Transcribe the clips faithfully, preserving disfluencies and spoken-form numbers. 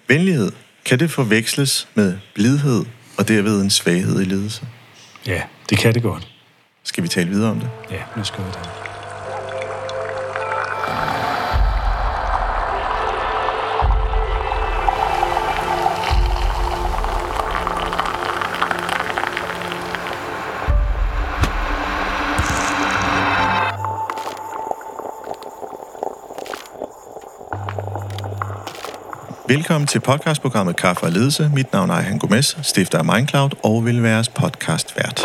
Venlighed, kan det forveksles med blidhed og derved en svaghed i ledelse? Ja, det kan det godt. Skal vi tale videre om det? Ja, nu skal vi det. Velkommen til podcastprogrammet Kaffe og Ledelse. Mit navn er Ejhan Gomez, stifter af Mindcloud og vil være jeres podcastvært.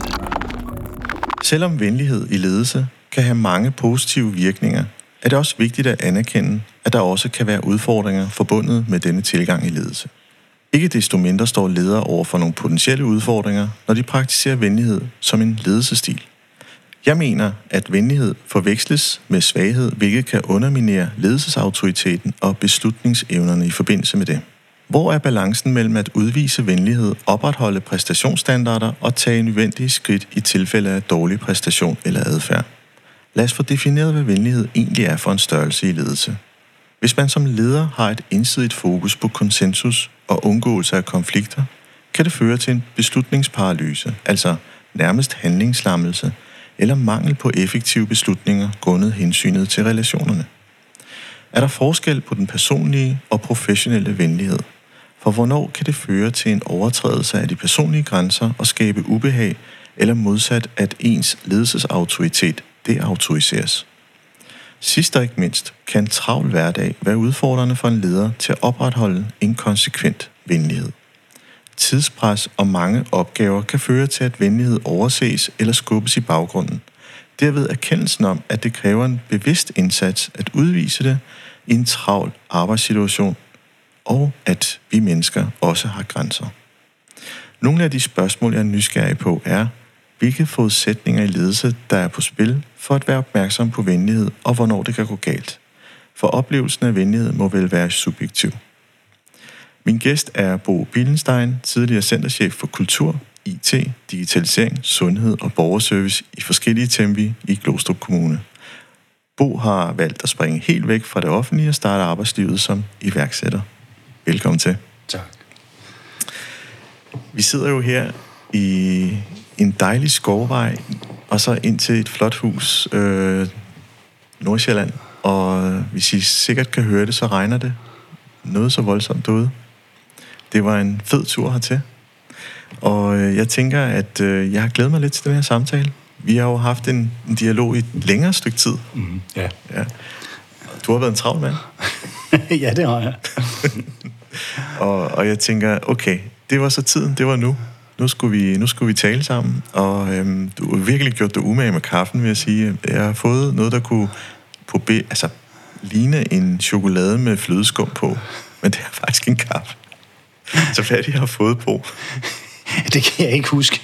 Selvom venlighed i ledelse kan have mange positive virkninger, er det også vigtigt at anerkende, at der også kan være udfordringer forbundet med denne tilgang i ledelse. Ikke desto mindre står ledere over for nogle potentielle udfordringer, når de praktiserer venlighed som en ledelsesstil. Jeg mener, at venlighed forveksles med svaghed, hvilket kan underminere ledelsesautoriteten og beslutningsevnerne i forbindelse med det. Hvor er balancen mellem at udvise venlighed, opretholde præstationsstandarder og tage nødvendige skridt i tilfælde af dårlig præstation eller adfærd? Lad os få defineret, hvad venlighed egentlig er for en størrelse i ledelse. Hvis man som leder har et ensidigt fokus på konsensus og undgåelse af konflikter, kan det føre til en beslutningsparalyse, altså nærmest handlingslammelse, eller mangel på effektive beslutninger grundet hensynet til relationerne. Er der forskel på den personlige og professionelle venlighed? For hvornår kan det føre til en overtrædelse af de personlige grænser og skabe ubehag, eller modsat at ens ledelsesautoritet deautoriseres? Sidst og ikke mindst kan en travl hverdag være udfordrende for en leder til at opretholde en konsekvent venlighed. Tidspres og mange opgaver kan føre til, at venlighed overses eller skubbes i baggrunden. Derved erkendelsen om, at det kræver en bevidst indsats at udvise det i en travl arbejdssituation, og at vi mennesker også har grænser. Nogle af de spørgsmål, jeg er nysgerrig på, er, hvilke forudsætninger i ledelse, der er på spil for at være opmærksom på venlighed, og hvornår det kan gå galt. For oplevelsen af venlighed må vel være subjektiv. Min gæst er Bo Bielenstein, tidligere centerchef for kultur, I T, digitalisering, sundhed og borgerservice i forskellige tempi i Glostrup Kommune. Bo har valgt at springe helt væk fra det offentlige og starte arbejdslivet som iværksætter. Velkommen til. Tak. Vi sidder jo her i en dejlig skovvej, og så ind til et flot hus, øh, Nordsjælland. Og hvis I sikkert kan høre det, så regner det noget så voldsomt derude. Det var en fed tur hertil. Og øh, jeg tænker, at øh, jeg har glædet mig lidt til den her samtale. Vi har jo haft en, en dialog i et længere stykke tid. Mm, ja. ja. Du har været en travl mand. Ja, det har jeg. og, og jeg tænker, okay, det var så tiden, det var nu. Nu skulle vi, nu skulle vi tale sammen. Og øhm, du har virkelig gjort dig umage med kaffen, vil jeg sige. Jeg har fået noget, der kunne på be, altså, ligne en chokolade med flødeskum på. Men det er faktisk en kaffe. Så hvad er det, jeg har fået på? Det kan jeg ikke huske.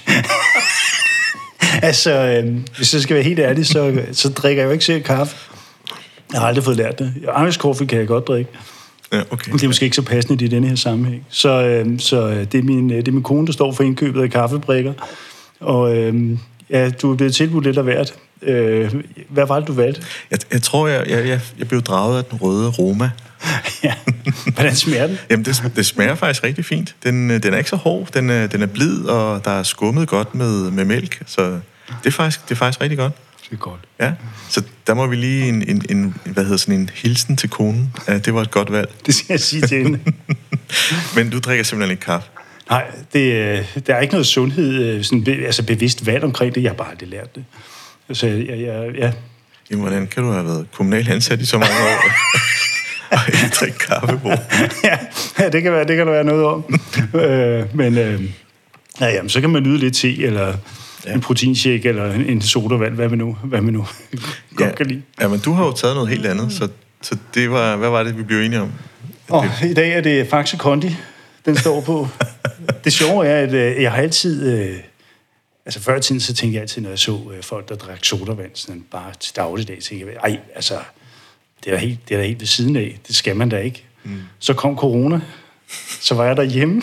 altså, øh, hvis jeg skal være helt ærlig, så, så drikker jeg jo ikke selv kaffe. Jeg har aldrig fået lært det. Irish coffee kan jeg godt drikke. Ja, okay. Det er måske ikke så passende i denne her sammenhæng. Så, øh, så det, er min, det er min kone, der står for indkøbet af kaffebrikker. Og øh, ja, du er blevet tilbudt lidt af hvert. Øh, hvad var det, du valgte? Jeg, jeg tror, jeg, jeg, jeg blev draget af den røde Roma. Ja. Hvordan smager den? Jamen, det, det smager faktisk rigtig fint. Den, den er ikke så hård, den er, den er blid, og der er skummet godt med, med mælk. Så det er, faktisk, det er faktisk rigtig godt. Det er godt. Ja, så der må vi lige en, en, en, hvad hedder sådan en hilsen til konen. Ja, det var et godt valg. Det skal jeg sige til hende. Men du drikker simpelthen ikke kaffe? Nej, det, der er ikke noget sundhed, sådan be, altså bevidst valg omkring det. Jeg har bare aldrig lært det. Altså, jeg, jeg, ja. Jamen, hvordan kan du have været kommunal ansat i så mange år? Og ikke drikke kaffe på? ja, det kan, være, det kan der være noget om. øh, men øh, ja, jamen, så kan man nyde lidt te, eller ja. en proteinshake, eller en sodavand, hvad man nu, hvad man nu godt ja. kan lide. Ja, men du har jo taget noget helt andet, så, så det var, hvad var det, vi blev enige om? Oh, det... I dag er det Faxe Kondi, den står på. Det sjove er, at øh, jeg har altid... Øh, altså før i tiden, så tænkte jeg altid, når jeg så øh, folk, der drak sodavand, sådan bare til dagligdag, tænkte jeg, ej, altså... Det er, helt, det er da helt ved siden af. Det skal man da ikke. Mm. Så kom corona. Så var jeg derhjemme.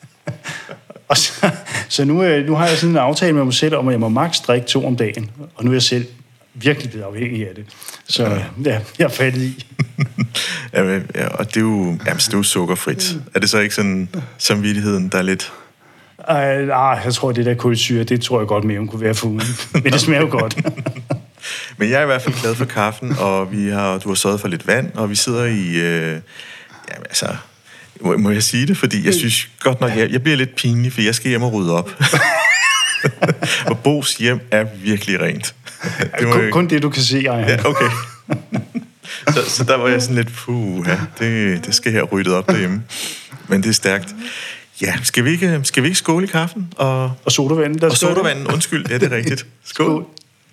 og så, så nu, nu har jeg sådan en aftale med mig selv om, at jeg må maks drikke to om dagen. Og nu er jeg selv virkelig blevet afhængig af det. Så ja, jeg er faldet i. Ja, og det er jo, jamen, det er jo sukkerfrit. Er det så ikke sådan samvittigheden, der er lidt... Ej, nej, jeg tror, det der kulsyre, det tror jeg godt mere, hun kunne være foruden. Men det smager jo godt. Men jeg er i hvert fald glad for kaffen, og vi har, du har sørget for lidt vand, og vi sidder i... Øh, jamen, altså... Må, må jeg sige det? Fordi jeg synes godt nok, jeg, jeg bliver lidt pinlig, for jeg skal hjem og rydde op. Og Bo's hjem er virkelig rent. Det kun, jeg... kun det, du kan se, Ejhan. Ja, okay. så, så der var jeg sådan lidt, puh, ja, det, det skal her ryddet op derhjemme. Men det er stærkt. Ja, skal vi ikke, skal vi ikke skåle i kaffen? Og, og sodavanden. Der og sodavanden, undskyld, ja, det er rigtigt. Skål. Skål.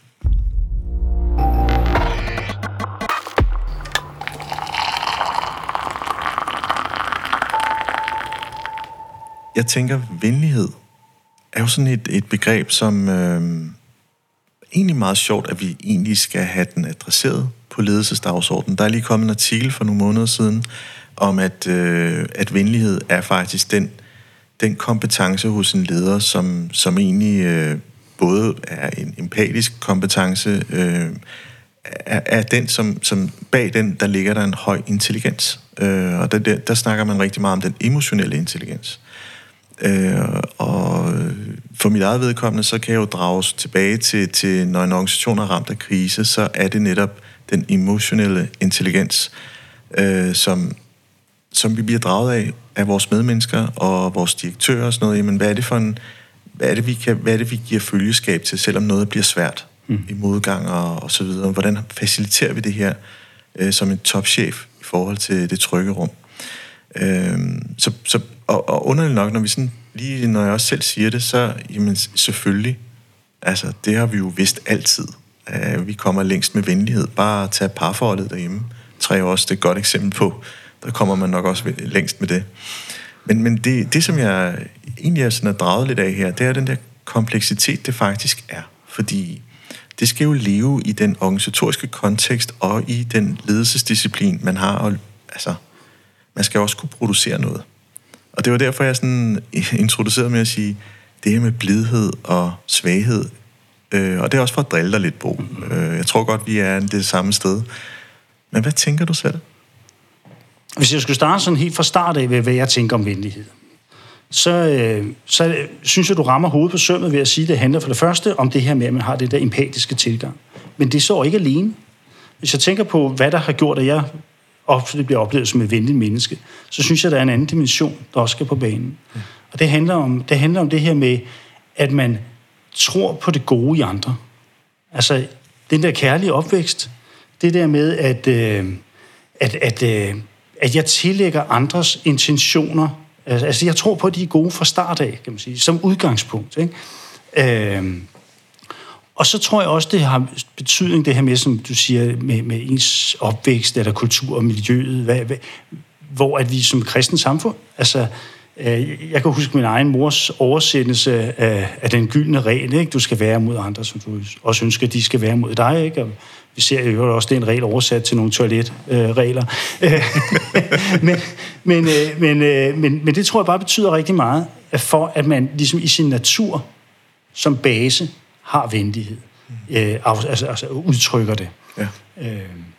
Jeg tænker, venlighed er jo sådan et, et begreb, som øh, egentlig meget sjovt, at vi egentlig skal have den adresseret på ledelsesdagsordenen. Der er lige kommet en artikel for nogle måneder siden, om at, øh, at venlighed er faktisk den, den kompetence hos en leder, som, som egentlig øh, både er en empatisk kompetence, øh, er, er den, som, som bag den, der ligger der en høj intelligens. Øh, og der, der, der snakker man rigtig meget om den emotionelle intelligens. Øh, og for mit eget vedkommende, så kan jeg jo drages tilbage til, til, når en organisation er ramt af krise, så er det netop den emotionelle intelligens, øh, som, som vi bliver draget af, af vores medmennesker og vores direktører og sådan noget. Jamen, hvad er det for en, hvad er det, vi kan, hvad er det, vi giver følgeskab til, selvom noget bliver svært mm. i modgang og, og så videre. Hvordan faciliterer vi det her øh, som en topchef i forhold til det trygge rum? Øh, så, så, og, og underligt nok, når vi sådan, lige når jeg også selv siger det, så jamen, selvfølgelig, altså det har vi jo vidst altid. Uh, vi kommer længst med venlighed. Bare at tage parforholdet derhjemme. Tre er også det er et godt eksempel på. Der kommer man nok også længst med det. Men, men det, det, som jeg egentlig er, sådan er draget lidt af her, det er den der kompleksitet, det faktisk er. Fordi det skal jo leve i den organisatoriske kontekst og i den ledelsesdisciplin, man har. Og, altså, man skal også kunne producere noget. Og det var derfor, jeg sådan introducerede med at sige, det her med blidhed og svaghed, øh, og det er også for at drille dig lidt, Bo. Øh, jeg tror godt, vi er det samme sted. Men hvad tænker du selv? Hvis jeg skulle starte sådan helt fra start af, hvad jeg tænker om venlighed, så, øh, så synes jeg, du rammer hovedet på sømmet ved at sige, at det handler for det første om det her med, at man har det der empatiske tilgang. Men det så ikke alene. Hvis jeg tænker på, hvad der har gjort, at jeg det bliver oplevet som et venligt menneske, så synes jeg, der er en anden dimension, der også skal på banen. Ja. Og det handler, om, det handler om det her med, at man tror på det gode i andre. Altså, den der kærlige opvækst, det der med, at, øh, at, at, øh, at jeg tillægger andres intentioner. Altså, jeg tror på, at de er gode fra start af, kan man sige, som udgangspunkt. Ikke? Øh, Og så tror jeg også, det har betydning, det her med, som du siger, med, med ens opvækst, eller kultur og miljøet, hvad, hvad, hvor at vi som kristen samfund, altså, øh, jeg kan huske min egen mors oversættelse af, af den gyldne regel, ikke? Du skal være mod andre, som du også ønsker, de skal være mod dig, ikke? Og vi ser jo også, det er en regel oversat til nogle toiletregler. Øh, men, men, øh, men, øh, men, men det tror jeg bare betyder rigtig meget, for at man ligesom i sin natur som base har venlighed, øh, altså, altså udtrykker det. Ja. Øh,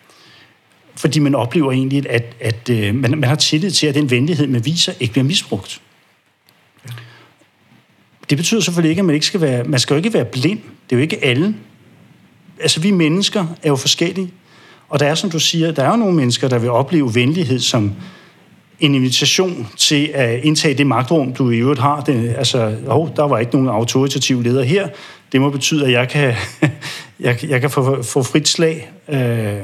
fordi man oplever egentlig, at, at øh, man, man har tillid til, at den venlighed, man viser, ikke bliver misbrugt. Ja. Det betyder selvfølgelig ikke, at man ikke skal være, man skal jo ikke være blind. Det er jo ikke alle. Altså, vi mennesker er jo forskellige. Og der er, som du siger, der er jo nogle mennesker, der vil opleve venlighed som en invitation til at indtage det magtrum, du i øvrigt har. Det, altså, oh, der var ikke nogen autoritativ leder her. Det må betyde, at jeg kan, jeg, jeg kan få, få frit slag. Øh,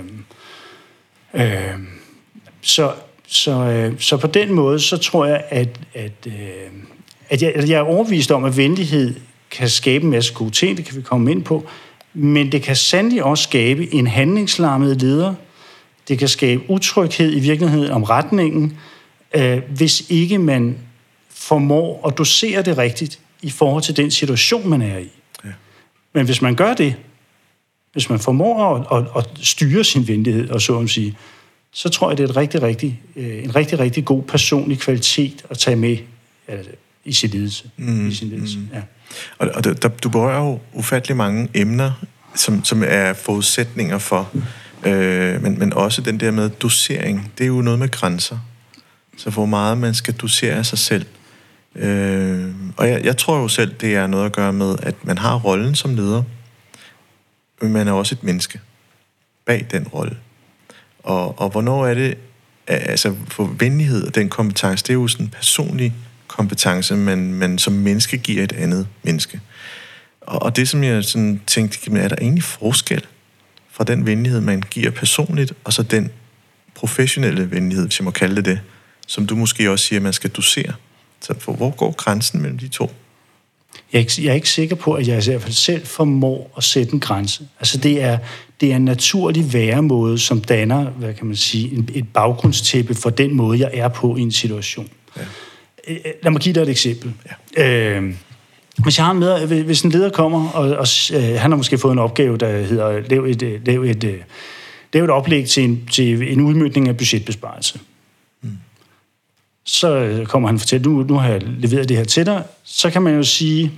øh, så, så, øh, så på den måde, så tror jeg, at, at, øh, at, jeg, at jeg er overbevist om, at venlighed kan skabe en masse gode ting, det kan vi komme ind på, men det kan sandelig også skabe en handlingslammet leder. Det kan skabe utryghed i virkeligheden om retningen, øh, hvis ikke man formår at dosere det rigtigt i forhold til den situation, man er i. Ja. Men hvis man gør det, hvis man formår at, at, at styre sin venlighed, og så at sige, så tror jeg, det er et rigtig, rigtig, øh, en rigtig, rigtig god personlig kvalitet at tage med altså, i sin ledelse. Mm, i sin ledelse. Mm. Ja. Og, og der, du berører jo ufattelig mange emner, som, som er forudsætninger for, Øh, men, men også den der med dosering, det er jo noget med grænser. Så hvor meget man skal dosere sig selv. Øh, og jeg, jeg tror jo selv, det er noget at gøre med, at man har rollen som leder, men man er også et menneske bag den rolle. Og, og hvornår er det, altså for venlighed og den kompetence, det er jo sådan en personlig kompetence, man, man som menneske giver et andet menneske. Og, og det, som jeg sådan tænkte, er der egentlig forskel fra den venlighed, man giver personligt, og så den professionelle venlighed, hvis jeg må kalde det det, som du måske også siger, man skal dosere. Så for, hvor går grænsen mellem de to? Jeg er, ikke, jeg er ikke sikker på, at jeg i hvert fald selv formår at sætte en grænse. Altså det er, det er en naturlig væremåde, som danner, hvad kan man sige, et baggrundstæppe for den måde, jeg er på i en situation. Ja. Lad mig give dig et eksempel. Ja. Øh, hvis, jeg har en med, hvis en leder kommer, og, og øh, han har måske fået en opgave, der hedder, lav et, lav et, øh, lav et oplæg til en, til en udmøntning af budgetbesparelse. Mm. Så kommer han og fortæller, nu, nu har jeg leveret det her til dig, så kan man jo sige,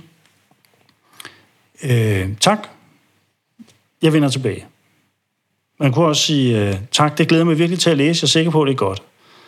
øh, tak, jeg vender tilbage. Man kunne også sige, øh, tak, det glæder mig virkelig til at læse, jeg er sikker på, at det er godt.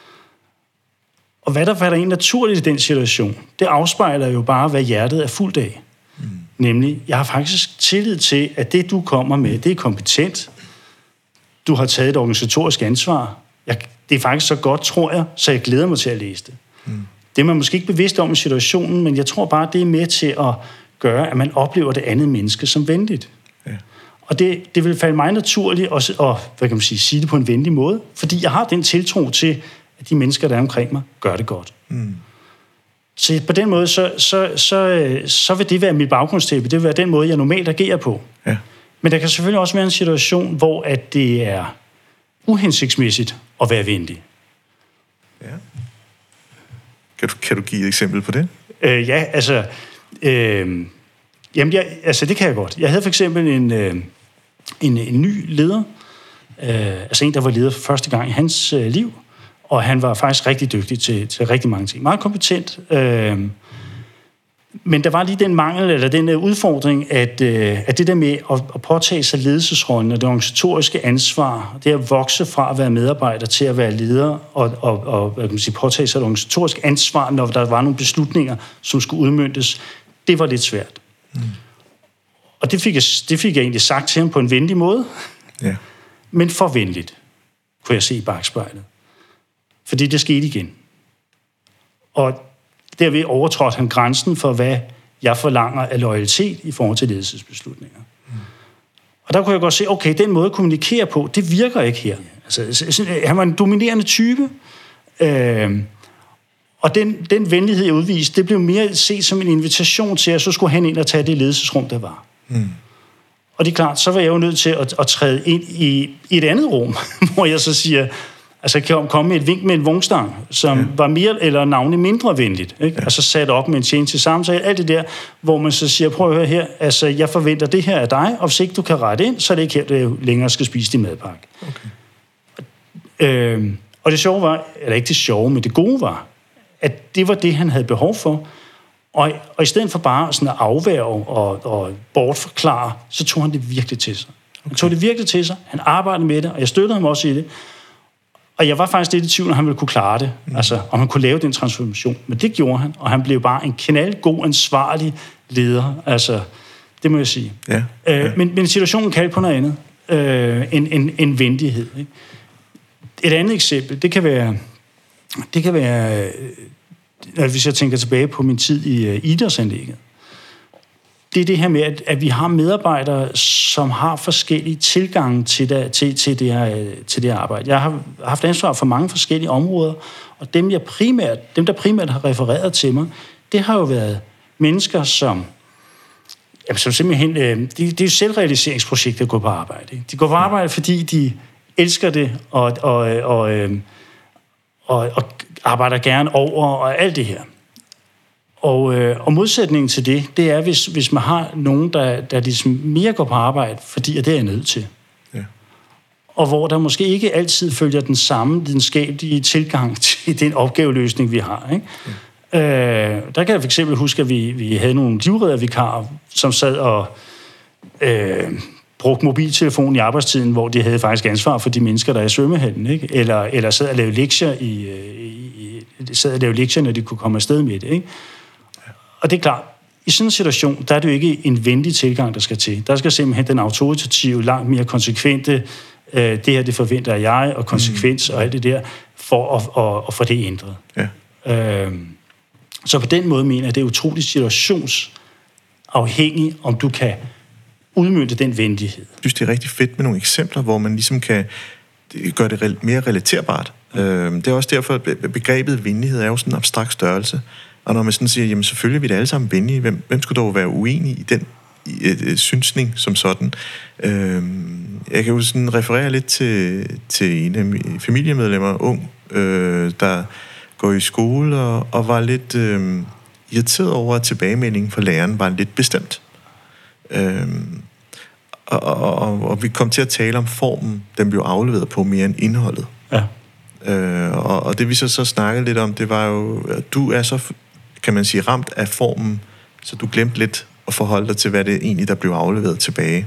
Og hvad der falder ind naturligt i den situation, det afspejler jo bare, hvad hjertet er fuldt af. Mm. Nemlig, jeg har faktisk tillid til, at det, du kommer med, det er kompetent. Du har taget et organisatorisk ansvar. Jeg, det er faktisk så godt, tror jeg, så jeg glæder mig til at læse det. Mm. Det er man måske ikke bevidst om i situationen, men jeg tror bare, det er med til at gøre, at man oplever det andet menneske som venligt. Ja. Og det, det vil falde mig naturligt at, og, hvad kan man sige, sige det på en venlig måde, fordi jeg har den tiltro til, at de mennesker, der er omkring mig, gør det godt. Mm. Så på den måde, så, så, så, så vil det være mit baggrundstæppe. Det vil være den måde, jeg normalt agerer på. Ja. Men der kan selvfølgelig også være en situation, hvor at det er uhensigtsmæssigt at være venlig. Ja. Kan du, kan du give et eksempel på det? Øh, ja, altså... Øh, jamen, jeg, altså, det kan jeg godt. Jeg havde for eksempel en, øh, en, en ny leder. Øh, altså en, der var leder for første gang i hans øh, liv. Og han var faktisk rigtig dygtig til, til rigtig mange ting. Meget kompetent. Øh, men der var lige den mangel, eller den udfordring, at, øh, at det der med at, at påtage sig ledelsesrollen og det organisatoriske ansvar, det at vokse fra at være medarbejder til at være leder og, og, og hvad kan man sige, påtage sig et organisatorisk ansvar, når der var nogle beslutninger, som skulle udmøntes, det var lidt svært. Mm. Og det fik, jeg, det fik jeg egentlig sagt til ham på en venlig måde, yeah. Men for venligt, kunne jeg se i bagspejlet. Fordi det skete igen. Og derved overtrådte han grænsen for, hvad jeg forlanger af loyalitet i forhold til ledelsesbeslutninger. Mm. Og der kunne jeg godt se, okay, den måde at kommunikere på, det virker ikke her. Altså, han var en dominerende type, øh, og den, den venlighed, jeg udviste, det blev mere set som en invitation til, at så skulle han ind og tage det ledelsesrum, der var. Mm. Og det er klart, så var jeg jo nødt til at, at træde ind i, i et andet rum, hvor jeg så siger... Altså, jeg kan komme med et vink med en vognstang, som ja. var mere eller navnlig mindre venligt. Ikke? Ja. Og så sat op med en tjeneste til samtale. Alt det der, hvor man så siger, prøv at høre her, altså, jeg forventer det her af dig, og hvis ikke du kan rette ind, så er det ikke her, du længere skal spise din madpakke. Okay. Øhm, og det sjove var, eller ikke det sjove, men det gode var, at det var det, han havde behov for. Og, og i stedet for bare sådan at afværge og, og bortforklare, så tog han det virkelig til sig. Okay. Han tog det virkelig til sig, han arbejdede med det, og jeg støttede ham også i det. Og jeg var faktisk lidt i tvivl, om han ville kunne klare det. Mm. Altså, om han kunne lave den transformation. Men det gjorde han, og han blev bare en knaldgod, ansvarlig leder. Altså, det må jeg sige. Ja, ja. Øh, men, men situationen kaldte på noget andet. Øh, en, en, en venlighed. Ikke? Et andet eksempel, det kan være... Det kan være... Øh, hvis jeg tænker tilbage på min tid i uh, idrætsanlægget. Det er det her med, at, at vi har medarbejdere, som har forskellige tilgange til det, til, til, det her, til det her arbejde. Jeg har haft ansvar for mange forskellige områder, og dem, jeg primært, dem der primært har refereret til mig, det har jo været mennesker, som, jamen, som simpelthen... Øh, det, det er jo selvrealiseringsprojekter at gå på arbejde. Ikke? De går på arbejde, fordi de elsker det, og, og, og, øh, og, og arbejder gerne over, og alt det her. Og, øh, og modsætningen til det, det er, hvis, hvis man har nogen, der, der ligesom mere går på arbejde, fordi at det er nødt til. Ja. Og hvor der måske ikke altid følger den samme videnskabelige tilgang til den opgaveløsning, vi har. Ikke? Ja. Øh, der kan jeg for eksempel huske, at vi, vi havde nogle livreddervikarer, som sad og øh, brugt mobiltelefon i arbejdstiden, hvor de havde faktisk ansvar for de mennesker, der er i svømmehallen, ikke? Eller, eller sad og lavede lektier, i, i, i, sad og lavede lektier, når de kunne komme afsted med det. Ikke? Og det er klart, i sådan en situation, der er det jo ikke en venlig tilgang, der skal til. Der skal simpelthen den autoritative, langt mere konsekvente, øh, det her, det forventer jeg, og konsekvens mm. og alt det der, for at, og, og få det ændret. Ja. Øh, så på den måde mener jeg, at det er utroligt situationsafhængigt, om du kan udmønte den venlighed. Jeg synes, det er rigtig fedt med nogle eksempler, hvor man ligesom kan gøre det mere relaterbart. Øh, det er også derfor, at begrebet venlighed er jo sådan en abstrakt størrelse. Og når man sådan siger, jamen selvfølgelig er vi da alle sammen venlige, hvem, hvem skulle dog være uenig i den i, i, synsning som sådan? Øhm, jeg kan jo sådan referere lidt til, til en af mine familiemedlemmer, ung, øh, der går i skole og, og var lidt øh, irriteret over, at tilbagemeldingen fra læreren var lidt bestemt. Øhm, og, og, og, og vi kom til at tale om formen, den blev afleveret på mere end indholdet. Ja. Øh, og, og det vi så, så snakkede lidt om, det var jo, at du er så, kan man sige, ramt af formen, så du glemte lidt at forholde dig til, hvad det egentlig, der blev afleveret tilbage.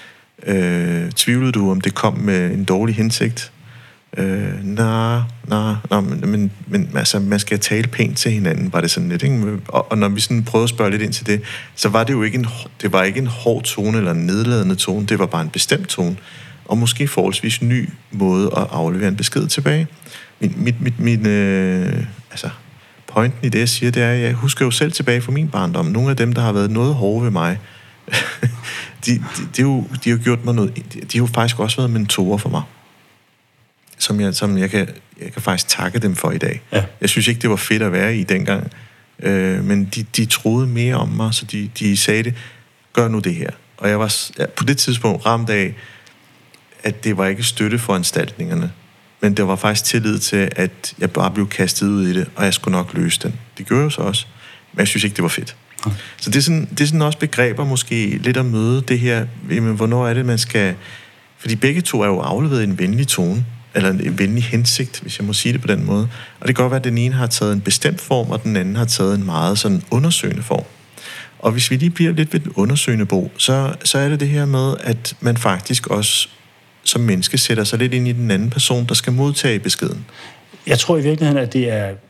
Øh, tvivlede du, om det kom med en dårlig hensigt? Øh, nej, nej, nej, men, men altså, man skal tale pænt til hinanden, var det sådan lidt, ikke? Og, og når vi sådan prøvede at spørge lidt ind til det, så var det jo ikke en, det var ikke en hård tone eller en nedladende tone, det var bare en bestemt tone, og måske forholdsvis ny måde at aflevere en besked tilbage. Min, mit, mit, min, øh, altså, pointen i det, jeg siger, det er, at jeg husker jo selv tilbage fra min barndom. Nogle af dem, der har været noget hårde ved mig, de, de, de, jo, de har gjort mig noget, de, de har jo faktisk også været mentorer for mig, som jeg, som jeg, kan, jeg kan faktisk takke dem for i dag. Ja. Jeg synes ikke, det var fedt at være i dengang, øh, men de, de troede mere om mig, så de, de sagde det, gør nu det her. Og jeg var ja, på det tidspunkt ramt af, at det var ikke støtteforanstaltningerne, men det var faktisk tillid til, at jeg bare blev kastet ud i det, og jeg skulle nok løse den. Det gjorde jeg så også, men jeg synes ikke, det var fedt. Okay. Så det er, sådan, det er sådan også begreber måske lidt at møde det her, men hvornår er det, man skal... Fordi begge to er jo afleveret i en venlig tone, eller en venlig hensigt, hvis jeg må sige det på den måde. Og det kan godt være, at den ene har taget en bestemt form, og den anden har taget en meget sådan undersøgende form. Og hvis vi lige bliver lidt ved den undersøgende bog, så, så er det det her med, at man faktisk også som menneske sætter sig lidt ind i den anden person, der skal modtage beskeden. Jeg tror i virkeligheden, at det er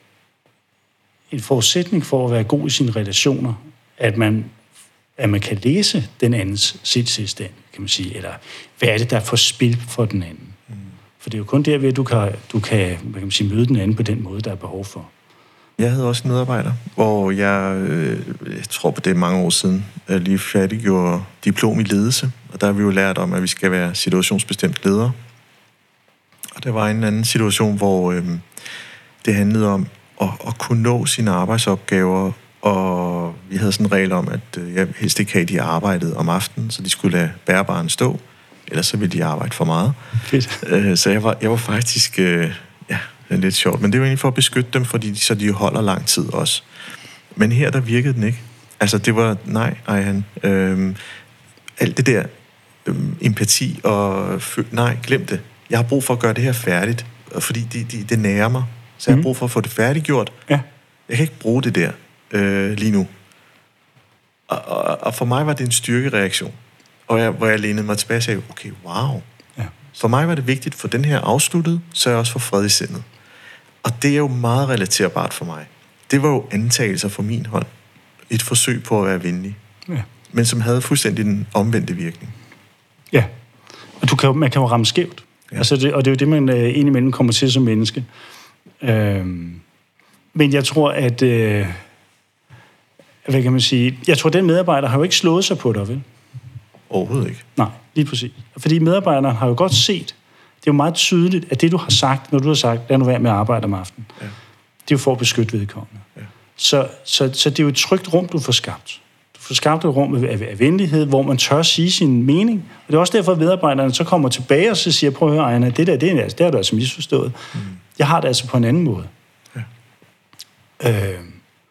en forudsætning for at være god i sine relationer, at man, at man kan læse den andens sindstilstand, kan man sige, eller hvad er det, der er for spil for den anden. Mm. For det er jo kun derved, at du kan, du kan, hvad kan man sige, møde den anden på den måde, der er behov for. Jeg havde også en medarbejder, hvor jeg, øh, jeg tror på det er mange år siden, jeg lige færdiggjorde diplom i ledelse, og der har vi jo lært om, at vi skal være situationsbestemt ledere. Og der var en anden situation, hvor øh, det handlede om at, at kunne nå sine arbejdsopgaver, og vi havde sådan en regel om, at øh, jeg helst ikke havde de arbejdet om aftenen, så de skulle lade bærbaren stå, ellers så ville de arbejde for meget. Fedt. Øh, så jeg var, jeg var faktisk... Øh, ja, det er lidt sjovt, men det er jo egentlig for at beskytte dem, fordi så de holder lang tid også. Men her, der virkede den ikke. Altså, det var, nej, ej, han, øhm, alt det der øhm, empati og, nej, glem det. Jeg har brug for at gøre det her færdigt, fordi det, det, det nærer mig. Så jeg har brug for at få det færdiggjort. Ja. Jeg kan ikke bruge det der øh, lige nu. Og, og, og for mig var det en styrkereaktion, og jeg, hvor jeg lænede mig tilbage og sagde, okay, wow. Ja. For mig var det vigtigt for den her afsluttet, så jeg også får fred i sindet. Og det er jo meget relaterbart for mig. Det var jo antagelser fra min hånd. Et forsøg på at være venlig. Ja. Men som havde fuldstændig den omvendte virkning. Ja. Og du kan, man kan jo ramme skævt. Ja. Altså det, og det er jo det, man øh, indimellem kommer til som menneske. Øhm, men jeg tror, at... Øh, hvad kan man sige? Jeg tror, at den medarbejder har jo ikke slået sig på dig, vel? Overhovedet ikke. Nej, lige præcis. Fordi medarbejderen har jo godt set, det er jo meget tydeligt, at det, du har sagt, når du har sagt, lad nu være med at arbejde om aftenen, ja. Det er jo for at beskytte vedkommende. Ja. Så, så, så det er jo et trygt rum, du får skabt. Du får skabt et rum af, af venlighed, hvor man tør sige sin mening. Og det er også derfor, at medarbejderne så kommer tilbage og så siger, prøv at høre, Ejner, det der, det, er, det har du altså misforstået. Mm. Jeg har det altså på en anden måde. Ja. Øh,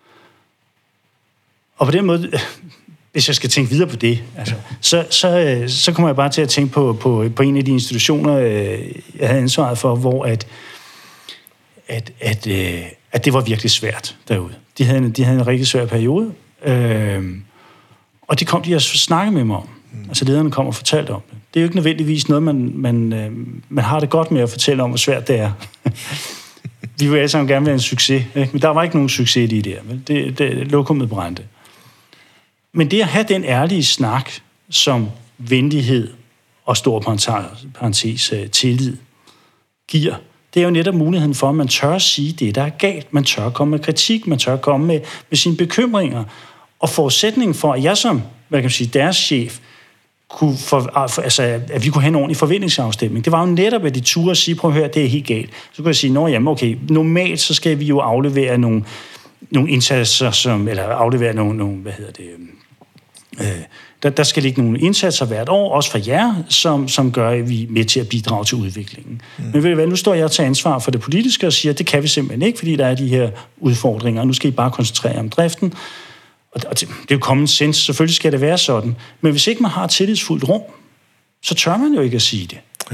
og på den måde... Hvis jeg skal tænke videre på det, altså, ja. så, så, så kommer jeg bare til at tænke på, på, på en af de institutioner, jeg havde ansvaret for, hvor at, at, at, at det var virkelig svært derude. De havde en, de havde en rigtig svær periode, øh, og det kom de at snakke med mig om. Mm. Altså lederne kommer og fortæller om det. Det er jo ikke nødvendigvis noget, man, man, øh, man har det godt med at fortælle om, hvor svært det er. Vi vil alle sammen gerne være en succes, ikke? Men der var ikke nogen succes i det der. Vel? Det, det lokummet brændte. Men det at have den ærlige snak, som venlighed og stor parentes tillid giver, det er jo netop muligheden for, at man tør at sige det, der er galt. Man tør komme med kritik, man tør komme med, med sine bekymringer. Og forudsætningen for, at jeg som, hvad kan man sige, deres chef, kunne for, altså, at vi kunne have en ordentlig forventningsafstemning, det var jo netop, at de turde sige, prøv at høre, det er helt galt. Så kunne jeg sige, nå jamen, okay, normalt så skal vi jo aflevere nogle, nogle indsatser, som, eller aflevere nogle, nogle hvad hedder det, øh, der, der skal ligge nogle indsatser hvert år, også for jer, som, som gør, at vi er med til at bidrage til udviklingen. Mm. Men ved du hvad, nu står jeg og tager ansvar for det politiske og siger, at det kan vi simpelthen ikke, fordi der er de her udfordringer, og nu skal I bare koncentrere jer om driften. Og det er jo common sense, selvfølgelig skal det være sådan. Men hvis ikke man har et tillidsfuldt rum, så tør man jo ikke at sige det.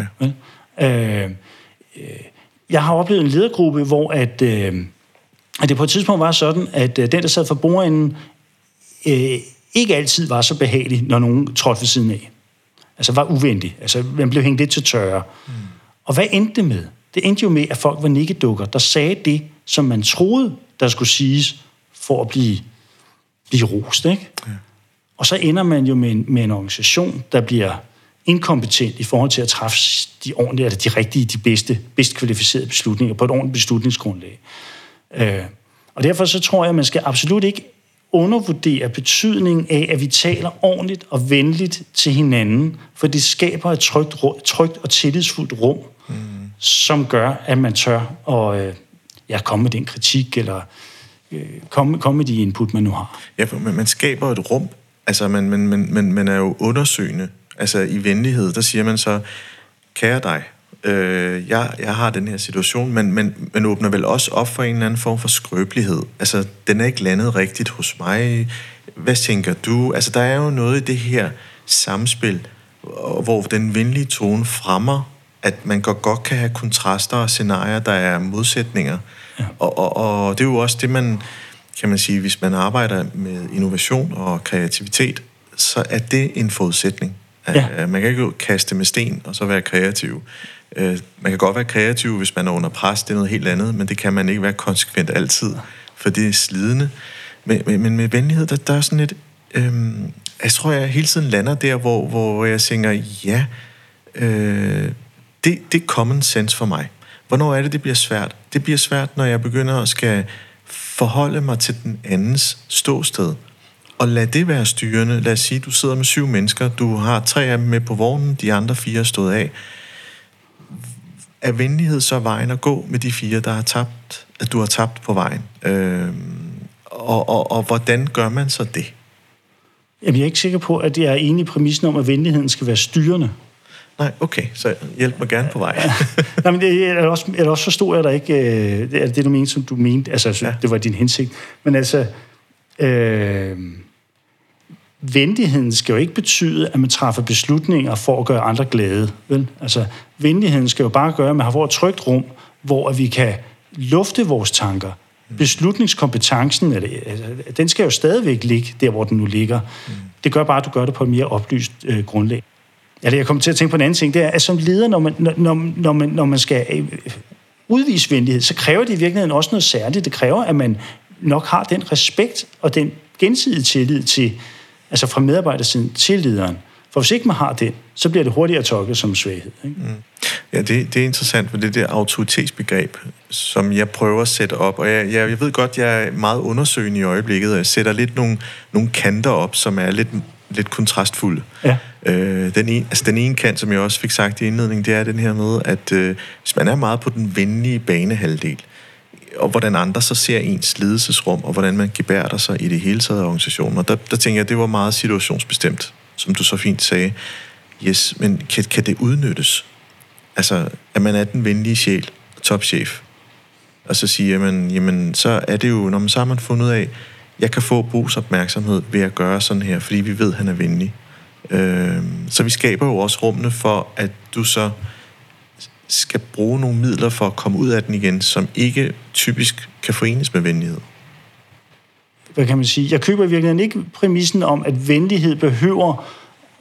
Ja. Øh, jeg har oplevet en ledergruppe, hvor at, øh, at det på et tidspunkt var sådan, at øh, den, der sad for bordenden, øh, ikke altid var så behagelig, når nogen trådte ved siden af. Altså var uvenlig. Altså man blev hængt lidt til tørre. Mm. Og hvad endte det med? Det endte jo med, at folk var nikkedukker, der sagde det, som man troede, der skulle siges, for at blive blive rost, ikke? Ja. Og så ender man jo med en, med en organisation, der bliver inkompetent i forhold til at træffe de ordentlige, eller de rigtige, de bedste, bedst kvalificerede beslutninger på et ordentligt beslutningsgrundlag. Øh, og derfor så tror jeg, at man skal absolut ikke undervurdere betydningen af, at vi taler ordentligt og venligt til hinanden, for det skaber et trygt, trygt og tillidsfuldt rum, mm. som gør, at man tør at øh, ja, komme med den kritik, eller Kom, kom med de input, man nu har. Ja, for man, man skaber et rum. Altså, man, man, man, man er jo undersøgende. Altså, i venlighed, der siger man så, kære dig, øh, jeg, jeg har den her situation, men man, man åbner vel også op for en eller anden form for skrøbelighed. Altså, den er ikke landet rigtigt hos mig. Hvad tænker du? Altså, der er jo noget i det her samspil, hvor den venlige tone fremmer, at man godt, godt kan have kontraster og scenarier, der er modsætninger. Ja. Og, og, og det er jo også det, man kan man sige, hvis man arbejder med innovation og kreativitet, så er det en forudsætning. Ja. Man kan ikke kaste med sten og så være kreativ. Man kan godt være kreativ, hvis man er under pres, det er noget helt andet, men det kan man ikke være konsekvent altid, for det er slidende. Men, men, men med venlighed, der, der er sådan et... Øhm, jeg tror, jeg hele tiden lander der, hvor, hvor jeg tænker, ja, øh, det, det er common sense for mig. Hvornår er det, det bliver svært? Det bliver svært, når jeg begynder at skal forholde mig til den andens ståsted. Og lad det være styrende. Lad os sige, du sidder med syv mennesker, du har tre af dem med på vognen, de andre fire er stået af. Er venlighed så vejen at gå med de fire, der har tabt, at du har tabt på vejen? Øh, og, og, og hvordan gør man så det? Jamen, jeg er ikke sikker på, at jeg er enig i præmissen om, at venligheden skal være styrende. Nej, okay, så hjælp mig gerne på vej. Nej, men det er også, eller også forstod jeg dig ikke, øh, det er det, du mente, som du mente, altså, altså ja. Det var din hensigt. Men altså, øh, venligheden skal jo ikke betyde, at man træffer beslutninger for at gøre andre glade, vel? Altså, venligheden skal jo bare gøre, at man har et trygt rum, hvor vi kan lufte vores tanker. Mm. Beslutningskompetencen, eller, altså, den skal jo stadigvæk ligge der, hvor den nu ligger. Mm. Det gør bare, at du gør det på et mere oplyst øh, grundlag. Eller jeg kommer til at tænke på en anden ting, det er, at som leder, når man, når, når man, når man skal udvise venlighed, så kræver det i virkeligheden også noget særligt. Det kræver, at man nok har den respekt og den gensidige tillid til, altså fra medarbejdersiden til lederen. For hvis ikke man har det, så bliver det hurtigere tolket som svaghed. Ikke? Mm. Ja, det, det er interessant, for det er det autoritetsbegreb, som jeg prøver at sætte op. Og jeg, jeg, jeg ved godt, jeg er meget undersøgende i øjeblikket, og jeg sætter lidt nogle, nogle kanter op, som er lidt, lidt kontrastfulde. Ja. Øh, den, ene, altså den ene kant, som jeg også fik sagt i indledningen, det er den her med, at øh, hvis man er meget på den venlige banehalvdel, og hvordan andre så ser ens ledelsesrum, og hvordan man gebærder sig i det hele taget af organisationen. Og der, der tænker jeg, at det var meget situationsbestemt, som du så fint sagde. Yes, men kan, kan det udnyttes? Altså, at man er den venlige sjæl, topchef, og så siger man, jamen, så er det jo, når man så har man fundet ud af, jeg kan få Bo's opmærksomhed ved at gøre sådan her, fordi vi ved, at han er venlig. Øh, så vi skaber jo også rummene for, at du så skal bruge nogle midler for at komme ud af den igen, som ikke typisk kan forenes med venlighed. Hvad kan man sige? Jeg køber i virkeligheden ikke præmissen om, at venlighed behøver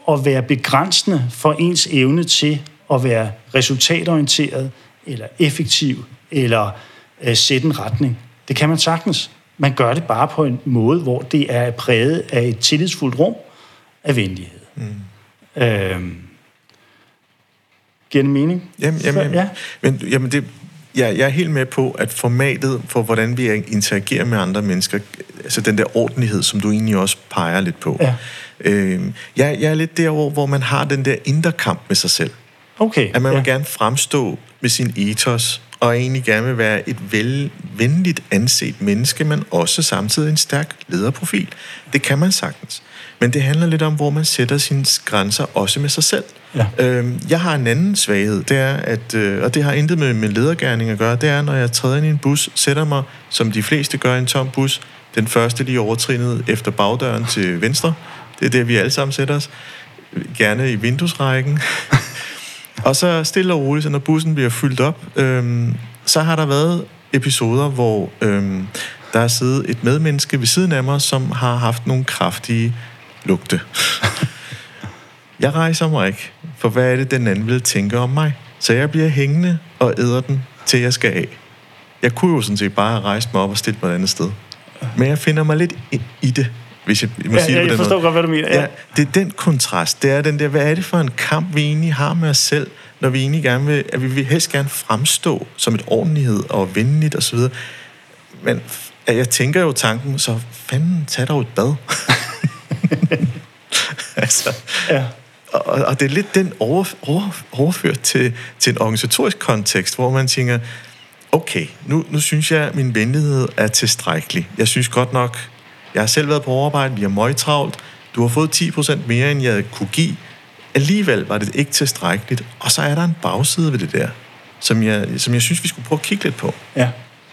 at være begrænsende for ens evne til at være resultatorienteret, eller effektiv, eller øh, sætte en retning. Det kan man sagtens. Man gør det bare på en måde, hvor det er præget af et tillidsfuldt rum af venlighed. Mm. Øhm. Giver det mening? Jamen, jamen, ja. men, jamen det, jeg, jeg er helt med på, at formatet for, hvordan vi interagerer med andre mennesker, altså den der ordentlighed, som du egentlig også peger lidt på. Ja. Øhm, jeg, jeg er lidt derovre, hvor man har den der indre kamp med sig selv. Okay. At man ja. vil gerne fremstå med sin ethos, og egentlig gerne vil være et vel, venligt anset menneske, men også samtidig en stærk lederprofil. Det kan man sagtens. Men det handler lidt om, hvor man sætter sine grænser, også med sig selv. Ja. Øhm, jeg har en anden svaghed, det er, at, øh, og det har intet med, med ledergerning at gøre, det er, når jeg træder ind i en bus, sætter mig, som de fleste gør i en tom bus, den første lige overtrinet efter bagdøren til venstre. Det er det, vi alle sammen sætter os. Gerne i vinduesrækken. Og så stille og roligt, så når bussen bliver fyldt op, øhm, så har der været episoder, hvor øhm, der er siddet et medmenneske ved siden af mig, som har haft nogle kraftige lugte. Jeg rejser mig ikke, for hvad er det, den anden vil tænke om mig? Så jeg bliver hængende og æder den, til jeg skal af. Jeg kunne jo sådan set bare have rejst mig op og stillet mig et andet sted. Men jeg finder mig lidt i, i det, hvis jeg må ja, sige ja, det på jeg den forstår måde. godt, hvad du mener. Ja. Ja, det er den kontrast. Det er den der, hvad er det for en kamp, vi egentlig har med os selv, når vi egentlig gerne vil, at vi vil helst gerne fremstå som et ordentlighed og venligt osv. Men jeg tænker jo tanken, så fanden, tag dog et bad. altså, ja. og, og det er lidt den over, over, overført til, til en organisatorisk kontekst, hvor man tænker, okay, nu, nu synes jeg, at min venlighed er tilstrækkelig. Jeg synes godt nok, jeg har selv været på overarbejde, vi har møgtravlt, du har fået ti procent mere, end jeg kunne give. Alligevel var det ikke tilstrækkeligt. Og så er der en bagside ved det der, som jeg, som jeg synes, vi skulle prøve at kigge lidt på. Ja.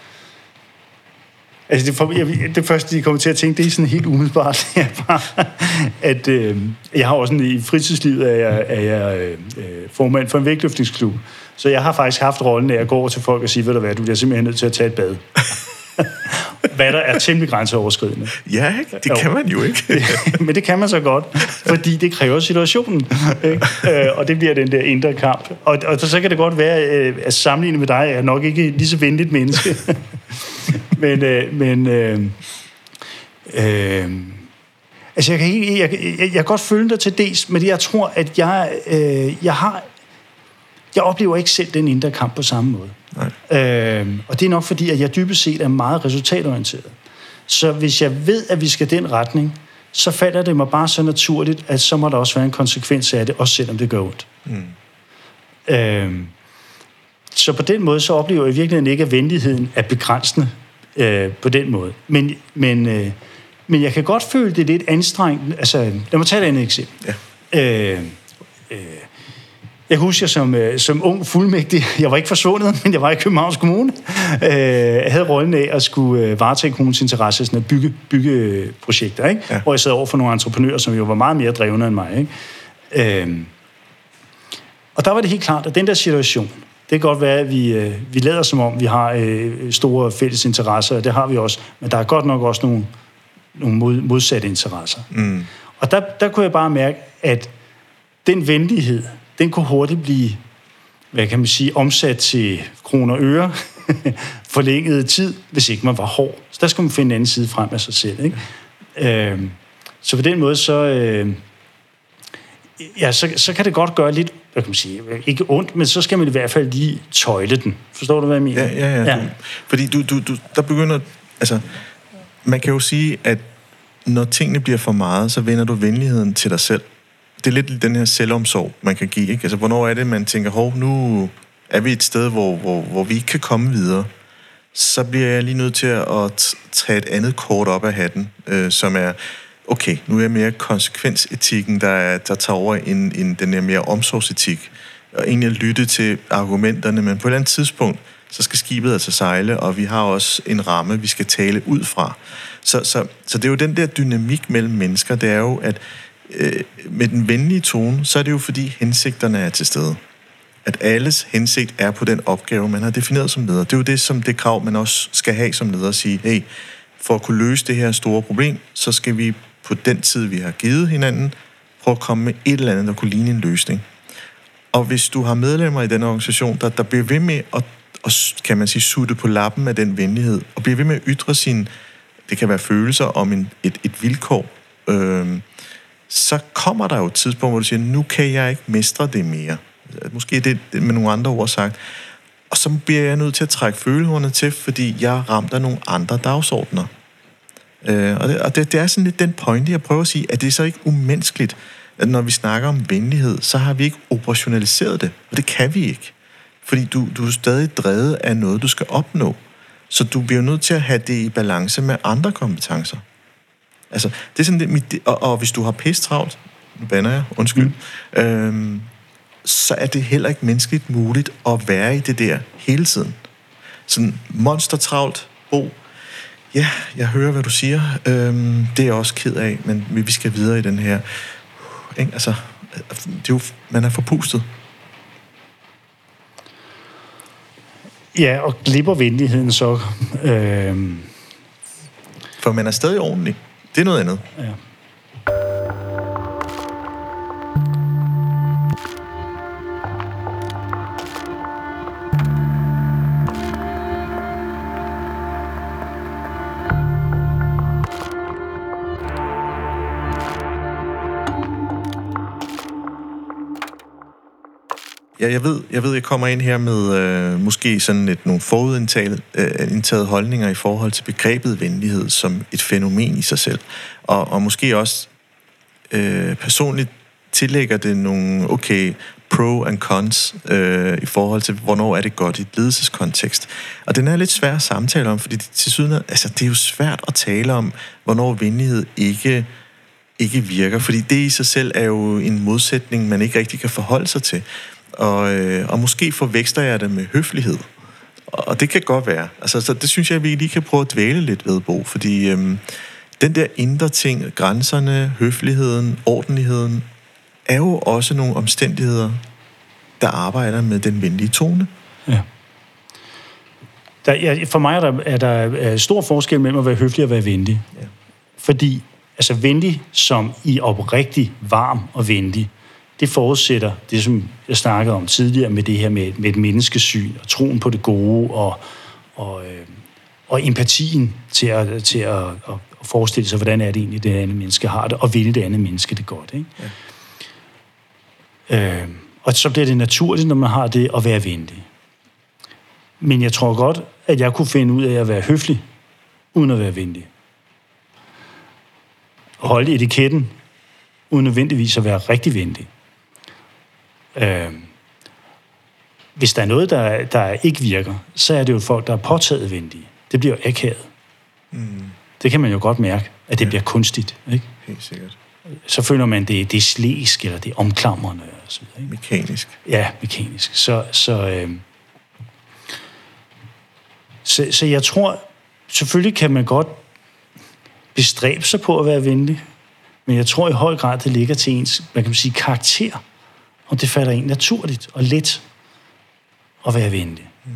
Altså det, for, jeg, det første, de kommer til at tænke, det er sådan helt umiddelbart, det er bare, at øh, jeg har også sådan, i fritidslivet, er jeg, er jeg øh, formand for en vægtløftningsklub. Så jeg har faktisk haft rollen af at gå over til folk og sige, ved du hvad, du er simpelthen nødt til at tage et bad. Hvad der er temmelig grænseoverskridende. Ja, ikke? Det kan man jo ikke. Men det kan man så godt, fordi det kræver situationen. Ikke? Og det bliver den der indre kamp. Og, og så kan det godt være, at sammenlignet med dig er nok ikke lige så venligt menneske. men men øh, øh, altså jeg kan, ikke, jeg, jeg, jeg kan godt følge dig til dels, men jeg tror, at jeg, øh, jeg har... Jeg oplever ikke selv den indre kamp på samme måde. Øh, og det er nok fordi, at jeg dybest set er meget resultatorienteret. Så hvis jeg ved, at vi skal den retning, så falder det mig bare så naturligt, at så må der også være en konsekvens af det, også selvom det gør ondt. Mm. Øh, så på den måde, så oplever jeg i virkeligheden ikke, at venligheden er begrænsende øh, på den måde. Men, men, øh, men jeg kan godt føle, det er lidt anstrengende. Altså, lad mig tage et andet eksempel. Ja. Øh, øh, Jeg husker som, som ung fuldmægtig, jeg var ikke forsvundet, men jeg var i Københavns Kommune. Jeg havde rollen af at skulle varetage kommunens interesse i sådan bygge, byggeprojekter, ikke? Ja. Hvor jeg sad over for nogle entreprenører, som jo var meget mere drevne end mig. Ikke? Og der var det helt klart, at den der situation, det kan godt være, at vi, vi lader som om, vi har store fælles interesser, og det har vi også, men der er godt nok også nogle, nogle mod, modsatte interesser. Mm. Og der, der kunne jeg bare mærke, at den venlighed, den kunne hurtigt blive, hvad kan man sige, omsat til kroner og øre, forlænget tid, hvis ikke man var hård. Så der skulle man finde en anden side frem af sig selv. Ikke? Øh, så på den måde, så, øh, ja, så, så kan det godt gøre lidt, hvad kan man sige, ikke ondt, men så skal man i hvert fald lige tøjle den. Forstår du, hvad jeg mener? Ja, ja, ja. ja. Du, fordi du, du, du, der begynder, altså, man kan jo sige, at når tingene bliver for meget, så vender du venligheden til dig selv. Det er lidt den her selvomsorg, man kan give, ikke? Altså, hvornår er det, man tænker, hov, nu er vi et sted, hvor, hvor, hvor vi ikke kan komme videre. Så bliver jeg lige nødt til at tage et andet kort op af hatten, øh, som er, okay, nu er jeg mere konsekvensetikken, der, er, der tager over end, end den her mere omsorgsetik. Og egentlig at lytte til argumenterne, men på et eller andet tidspunkt, så skal skibet altså sejle, og vi har også en ramme, vi skal tale ud fra. Så, så, så det er jo den der dynamik mellem mennesker, det er jo, at med den venlige tone, så er det jo fordi hensigterne er til stede. At alles hensigt er på den opgave, man har defineret som leder. Det er jo det, som det krav, man også skal have som leder at sige, hey, for at kunne løse det her store problem, så skal vi på den tid, vi har givet hinanden, prøve at komme med et eller andet, der kunne ligne en løsning. Og hvis du har medlemmer i den organisation, der, der bliver ved med at, at, kan man sige, sutte på lappen af den venlighed, og bliver ved med at ytre sin, det kan være følelser om en, et, et vilkår, øh, så kommer der jo et tidspunkt, hvor du siger, nu kan jeg ikke mestre det mere. Måske det, det med nogle andre ord sagt. Og så bliver jeg nødt til at trække følehornene til, fordi jeg er ramt af nogle andre dagsordner. Øh, og det, og det, det er sådan lidt den pointe, jeg prøver at sige, at det er så ikke umenneskeligt, at når vi snakker om venlighed, så har vi ikke operationaliseret det. Og det kan vi ikke. Fordi du, du er stadig drevet af noget, du skal opnå. Så du bliver nødt til at have det i balance med andre kompetencer. Altså, det er sådan det, og, og hvis du har pisse travlt, nu bander jeg, undskyld, mm. øhm, så er det heller ikke menneskeligt muligt at være i det der hele tiden. Sådan monstertravlt, Bo. Ja, jeg hører, hvad du siger. Øhm, det er jeg også ked af, men vi skal videre i den her. Ikke? Altså, det er jo, man er forpustet. Ja, og glipper venligheden så. Øhm. For man er stadig ordentlig. Det er noget andet. Ja. Ja, jeg ved, jeg ved, jeg kommer ind her med øh, måske sådan et, nogle forudindtaget øh, holdninger i forhold til begrebet venlighed som et fænomen i sig selv. Og, og måske også øh, personligt tillægger det nogle, okay, pro and cons øh, i forhold til, hvornår er det godt i et ledelseskontekst. Og den er lidt svær at samtale om, fordi det, til syden, altså, det er jo svært at tale om, hvornår venlighed ikke, ikke virker. Fordi det i sig selv er jo en modsætning, man ikke rigtig kan forholde sig til. Og, øh, og måske forveksler jeg det med høflighed. Og det kan godt være. Altså, så det synes jeg, at vi lige kan prøve at dvæle lidt ved, Bo. Fordi øhm, den der indre ting, grænserne, høfligheden, ordentligheden, er jo også nogle omstændigheder, der arbejder med den venlige tone. Ja. Der, ja for mig er der, er der stor forskel mellem at være høflig og være venlig. Ja. Fordi, altså venlig som i oprigtig, varm og venlig, det forudsætter det, som jeg snakkede om tidligere med det her med, med et menneskesyn og troen på det gode og, og, øh, og empatien til, at, til at, at forestille sig, hvordan er det egentlig, det andet menneske har det, og vil det andet menneske det godt. Ikke? Ja. Øh, og så bliver det naturligt, når man har det, at være venlig. Men jeg tror godt, at jeg kunne finde ud af at være høflig, uden at være venlig. Og holde etiketten, uden nødvendigvis at være rigtig venlig. Øh, hvis der er noget, der, der ikke virker, så er det jo folk, der er påtaget venlige. Det bliver jo akavet. Mm. Det kan man jo godt mærke, at det ja. bliver kunstigt. Ikke? Helt sikkert. Så føler man, det, det er slæsk, eller det er omklamrende. Og så videre, ikke? Mekanisk. Ja, mekanisk. Så, så, øh, så, så jeg tror, selvfølgelig kan man godt bestræbe sig på at være venlig, men jeg tror i høj grad, det ligger til ens, hvad kan man sige, karakter, og det falder en naturligt og let at være venlig. Mm.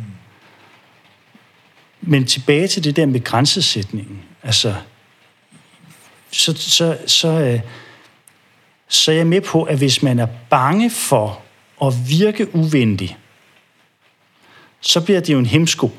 Men tilbage til det der med grænsesætningen, altså, så, så, så, øh, så er jeg med på, at hvis man er bange for at virke uvenlig, så bliver det jo en hæmsko.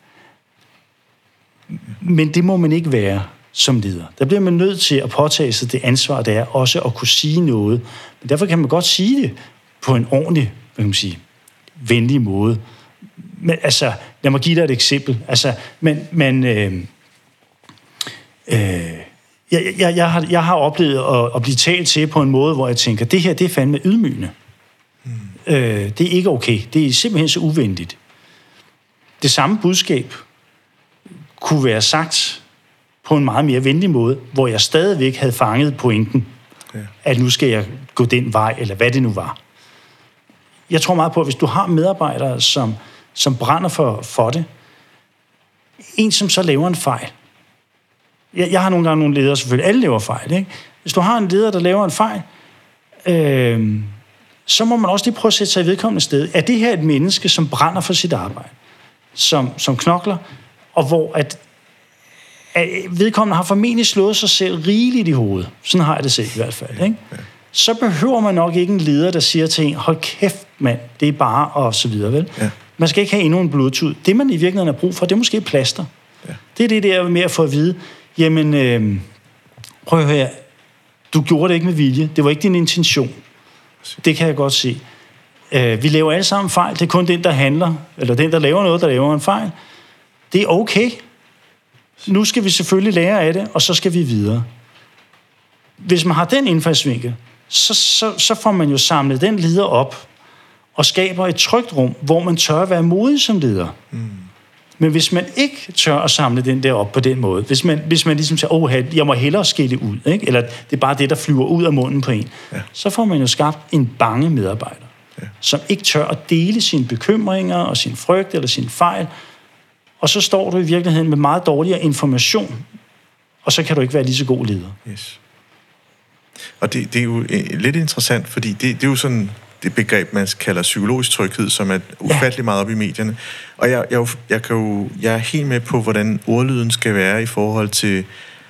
Men det må man ikke være som leder. Der bliver man nødt til at påtage sig det ansvar, der er også at kunne sige noget. Men derfor kan man godt sige det på en ordentlig, hvad kan man sige, venlig måde. Men altså, lad mig give dig et eksempel. Altså, men, men øh, øh, jeg, jeg, jeg, har, jeg har oplevet at, at blive talt til på en måde, hvor jeg tænker, det her, det er fandme ydmygende. Mm. Øh, det er ikke okay. Det er simpelthen så uvenligt. Det samme budskab kunne være sagt på en meget mere venlig måde, hvor jeg stadigvæk havde fanget pointen, ja. At nu skal jeg gå den vej, eller hvad det nu var. Jeg tror meget på, at hvis du har medarbejdere, som, som brænder for, for det, en som så laver en fejl. Jeg, jeg har nogle gange nogle ledere, selvfølgelig alle laver fejl, ikke? Hvis du har en leder, der laver en fejl, øh, så må man også lige prøve at sætte sig i vedkommende sted. Er det her et menneske, som brænder for sit arbejde, som, som knokler, og hvor at vedkommende har formentlig slået sig selv rigeligt i hovedet. Sådan har jeg det selv i hvert fald. Ikke? så behøver man nok ikke en leder, der siger til en, hold kæft mand, det er bare, og så videre, vel? Ja. Man skal ikke have endnu en blodtud. Det, man i virkeligheden har brug for, det er måske plaster. Ja. Det er det der med at få at vide, jamen, øh, prøv at høre, du gjorde det ikke med vilje, det var ikke din intention. Det kan jeg godt se. Øh, vi laver alle sammen fejl, det er kun den, der handler, eller den, der laver noget, der laver en fejl. Det er okay. Nu skal vi selvfølgelig lære af det, og så skal vi videre. Hvis man har den indfaldsvinkel, så, så, så får man jo samlet den leder op, og skaber et trygt rum, hvor man tør at være modig som leder. Mm. Men hvis man ikke tør at samle den der op på den måde, hvis man, hvis man ligesom siger, åh, jeg må hellere skille ud, ikke? Eller det er bare det, der flyver ud af munden på en, ja. Så får man jo skabt en bange medarbejder, ja. Som ikke tør at dele sine bekymringer og sin frygt eller sin fejl, og så står du i virkeligheden med meget dårligere information, og så kan du ikke være lige så god leder. Yes. Og det, det er jo lidt interessant, fordi det, det er jo sådan det begreb, man kalder psykologisk tryghed, som er ufattelig meget op i medierne. Og jeg, jeg, jeg, kan jo, jeg er helt med på, hvordan ordlyden skal være i forhold til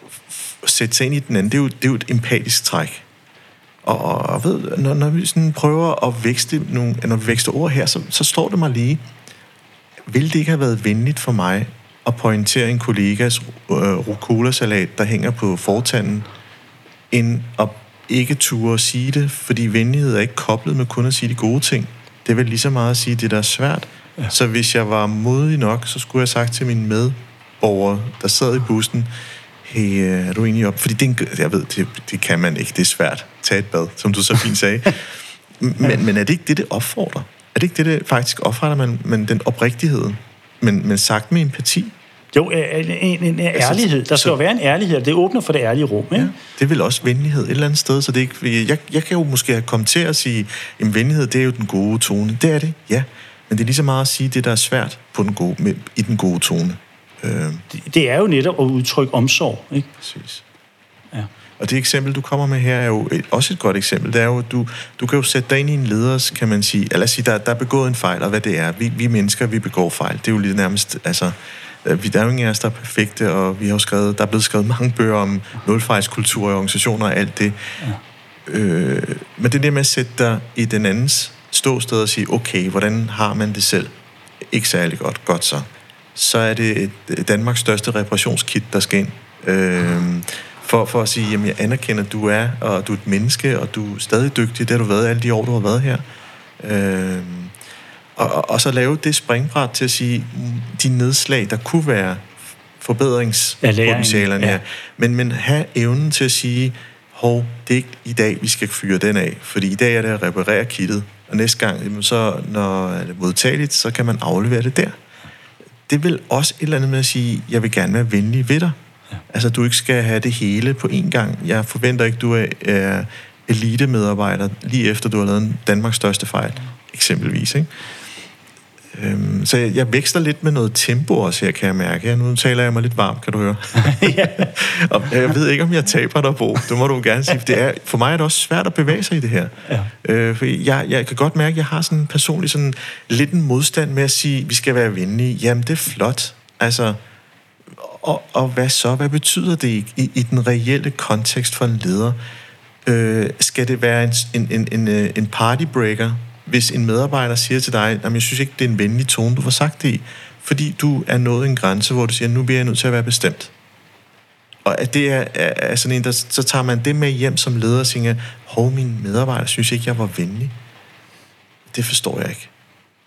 at sætte sig ind i den anden. Det er jo, det er jo et empatisk træk. Og, og ved, når, når vi sådan prøver at vækste nogle, når vi vækster ord her, så, så slår det mig lige. Vil det ikke have været venligt for mig at pointere en kollegas øh, rucola-salat, der hænger på fortanden, end at ikke turde at sige det, fordi venlighed er ikke koblet med kun at sige de gode ting. Det er vel lige så meget at sige det, der er svært. Ja. Så hvis jeg var modig nok, så skulle jeg have sagt til min medborger, der sad i bussen, hey, er du egentlig op? Fordi det, en, jeg ved, det, det kan man ikke. Det er svært. Tag et bad, som du så fint sagde. men, men er det ikke det, det opfordrer? Er det ikke det, det faktisk opfordrer man, man den oprigtighed, men, men sagt med empati? Jo, en, en, en ærlighed. Der skal jo være en ærlighed. Det åbner for det ærlige rum, ikke? Ja, det er vel også venlighed et eller andet sted. Så det er ikke, jeg, jeg kan jo måske have kommet til at sige, at venlighed, det er jo den gode tone. Det er det, ja. Men det er lige så meget at sige det, der er svært på den gode, med, i den gode tone. Øh. Det, det er jo netop at udtrykke omsorg, ikke? Præcis. Ja. Og det eksempel, du kommer med her, er jo et, også et godt eksempel. Det er jo, at du, du kan jo sætte dig ind i en leders, kan man sige, eller sige, der, der er begået en fejl, og hvad det er. Vi, vi mennesker, vi begår fejl. Det er jo lige nærmest, altså, vi, der er jo ingen af os, der er perfekte, og vi har jo skrevet, der er blevet skrevet mange bøger om nulfejlskultur i organisationer og alt det. Ja. Øh, men det der med at sætte dig i den andens ståsted og sige, okay, hvordan har man det selv? Ikke særlig godt, godt så. Så er det et, Danmarks største reparationskit, der skal ind. Øh, For, for at sige, jamen jeg anerkender, at du er, og du er et menneske, og du er stadig dygtig, det har du været alle de år, du har været her. Øh, og, og, og så lave det springbræt til at sige, de nedslag, der kunne være forbedringspotentialerne, ja, ja. Men, men have evnen til at sige, hov, det er ikke i dag, vi skal fyre den af, fordi i dag er det at reparere kittet, og næste gang, jamen, så når det er modtageligt, så kan man aflevere det der. Det vil også et eller andet med at sige, jeg vil gerne være venlig ved dig. Ja. Altså, du ikke skal have det hele på én gang. Jeg forventer ikke, du er, er elite-medarbejder, lige efter du har lavet en Danmarks største fejl, eksempelvis, ikke? Øhm, så jeg, jeg vækster lidt med noget tempo også her, kan jeg mærke. Ja, nu taler jeg mig lidt varm, kan du høre. Og jeg ved ikke, om jeg taber dig, Bo. Det må du gerne sige. For, det er, for mig er det også svært at bevæge sig i det her. Ja. Øh, for jeg, jeg kan godt mærke, at jeg har sådan personligt sådan lidt en modstand med at sige, at vi skal være venlige. Jamen, det er flot. Altså... Og, og hvad så? Hvad betyder det i, i, i den reelle kontekst for en leder? Øh, skal det være en, en, en, en partybreaker, hvis en medarbejder siger til dig, jamen jeg synes ikke, det er en venlig tone, du får sagt det i, fordi du er nået en grænse, hvor du siger, nu bliver jeg nødt til at være bestemt. Og at det er, er, er sådan en, der, så tager man det med hjem som leder og siger, hov, min medarbejder synes ikke, jeg var venlig. Det forstår jeg ikke.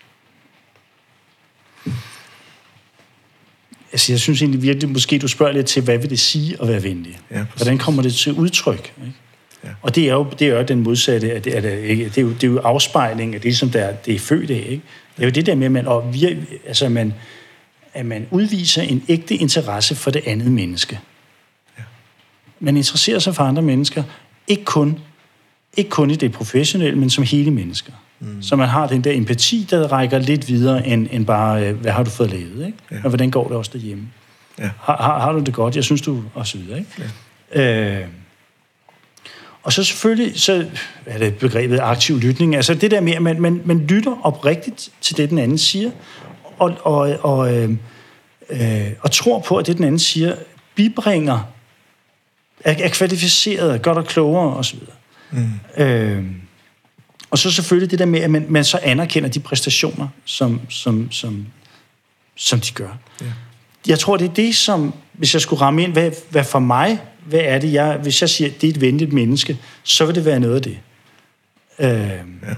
Altså, jeg synes egentlig virkelig, måske du spørger lidt til, hvad vil det sige at være venlig? Ja, hvordan kommer det til udtryk? Ikke? Ja. Og det er jo, det er jo den modsatte, at det, er, det, det, er jo, det er jo afspejling af det, som der, det er født af. Ikke? Det er jo det der med, at man, og vir, altså man, at man udviser en ægte interesse for det andet menneske. Ja. Man interesserer sig for andre mennesker, ikke kun, ikke kun i det professionelle, men som hele mennesker. Mm. Så man har den der empati, der rækker lidt videre end, end bare, hvad har du fået lavet, ikke? Ja. Og hvordan går det også derhjemme? Ja. Har, har, har du det godt? Jeg synes, du... Og så videre, ikke? Ja. Øh, og så selvfølgelig, så er det begrebet aktiv lytning. Altså det der med, at man, man, man lytter oprigtigt til det, den anden siger, og, og, og, øh, øh, og tror på, at det, den anden siger, bibringer, er, er kvalificeret, gør dig klogere, og så videre. Mm. Øh, og så selvfølgelig det der med, at man, man så anerkender de præstationer, som, som, som, som de gør. Ja. Jeg tror, det er det, som, hvis jeg skulle ramme ind, hvad, hvad for mig, hvad er det, jeg, hvis jeg siger, det er et venligt menneske, så vil det være noget af det. Øh, ja.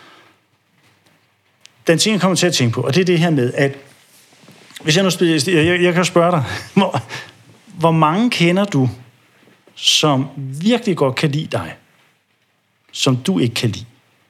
Den ting, jeg kommer til at tænke på, og det er det her med, at hvis jeg nu spørger, jeg, jeg kan spørge dig, hvor, hvor mange kender du, som virkelig godt kan lide dig, som du ikke kan lide?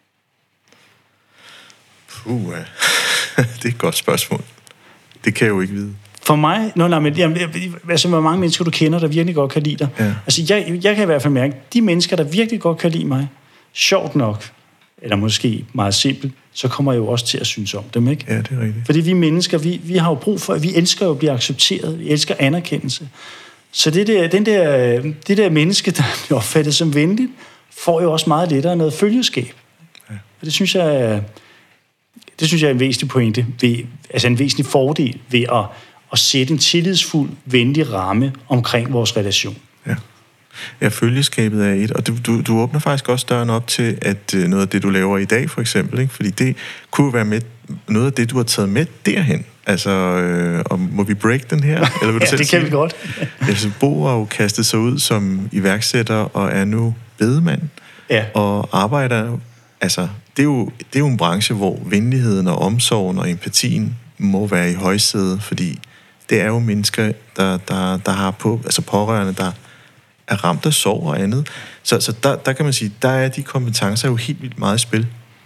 Puh, det er et godt spørgsmål. Det kan jeg jo ikke vide. For mig, nå, nej, men, jamen, altså, hvor mange mennesker du kender, der virkelig godt kan lide dig. Ja. Altså, jeg, jeg kan i hvert fald mærke, de mennesker, der virkelig godt kan lide mig, sjovt nok, eller måske meget simpelt, så kommer jeg jo også til at synes om dem, ikke? Ja, det er rigtigt. Fordi vi mennesker, vi, vi har jo brug for, vi elsker jo at blive accepteret, vi elsker anerkendelse. Så det der, den der, det der menneske, der bliver opfattet som venligt, får jo også meget lettere noget følgeskab. Ja. Og det synes jeg, det synes jeg er en væsentlig pointe, ved, altså en væsentlig fordel ved at, at sætte en tillidsfuld, venlig ramme omkring vores relation. Ja. Ja, følgeskabet er et, og du, du, du åbner faktisk også døren op til, at øh, noget af det, du laver i dag, for eksempel, ikke? Fordi det kunne jo være med, noget af det, du har taget med derhen. Altså, øh, og må vi break den her? Eller vil du ja, selv det kan sige? Vi godt. Altså, Bo har jo kastet sig ud som iværksætter, og er nu bedemand, ja. og arbejder, altså, det er, jo, det er jo en branche, hvor venligheden og omsorgen og empatien må være i højsædet, fordi det er jo mennesker, der, der, der har på, altså pårørende, der er ramt af sorg og andet. Så, så der, der kan man sige, der er de kompetencer jo helt vildt meget i spil.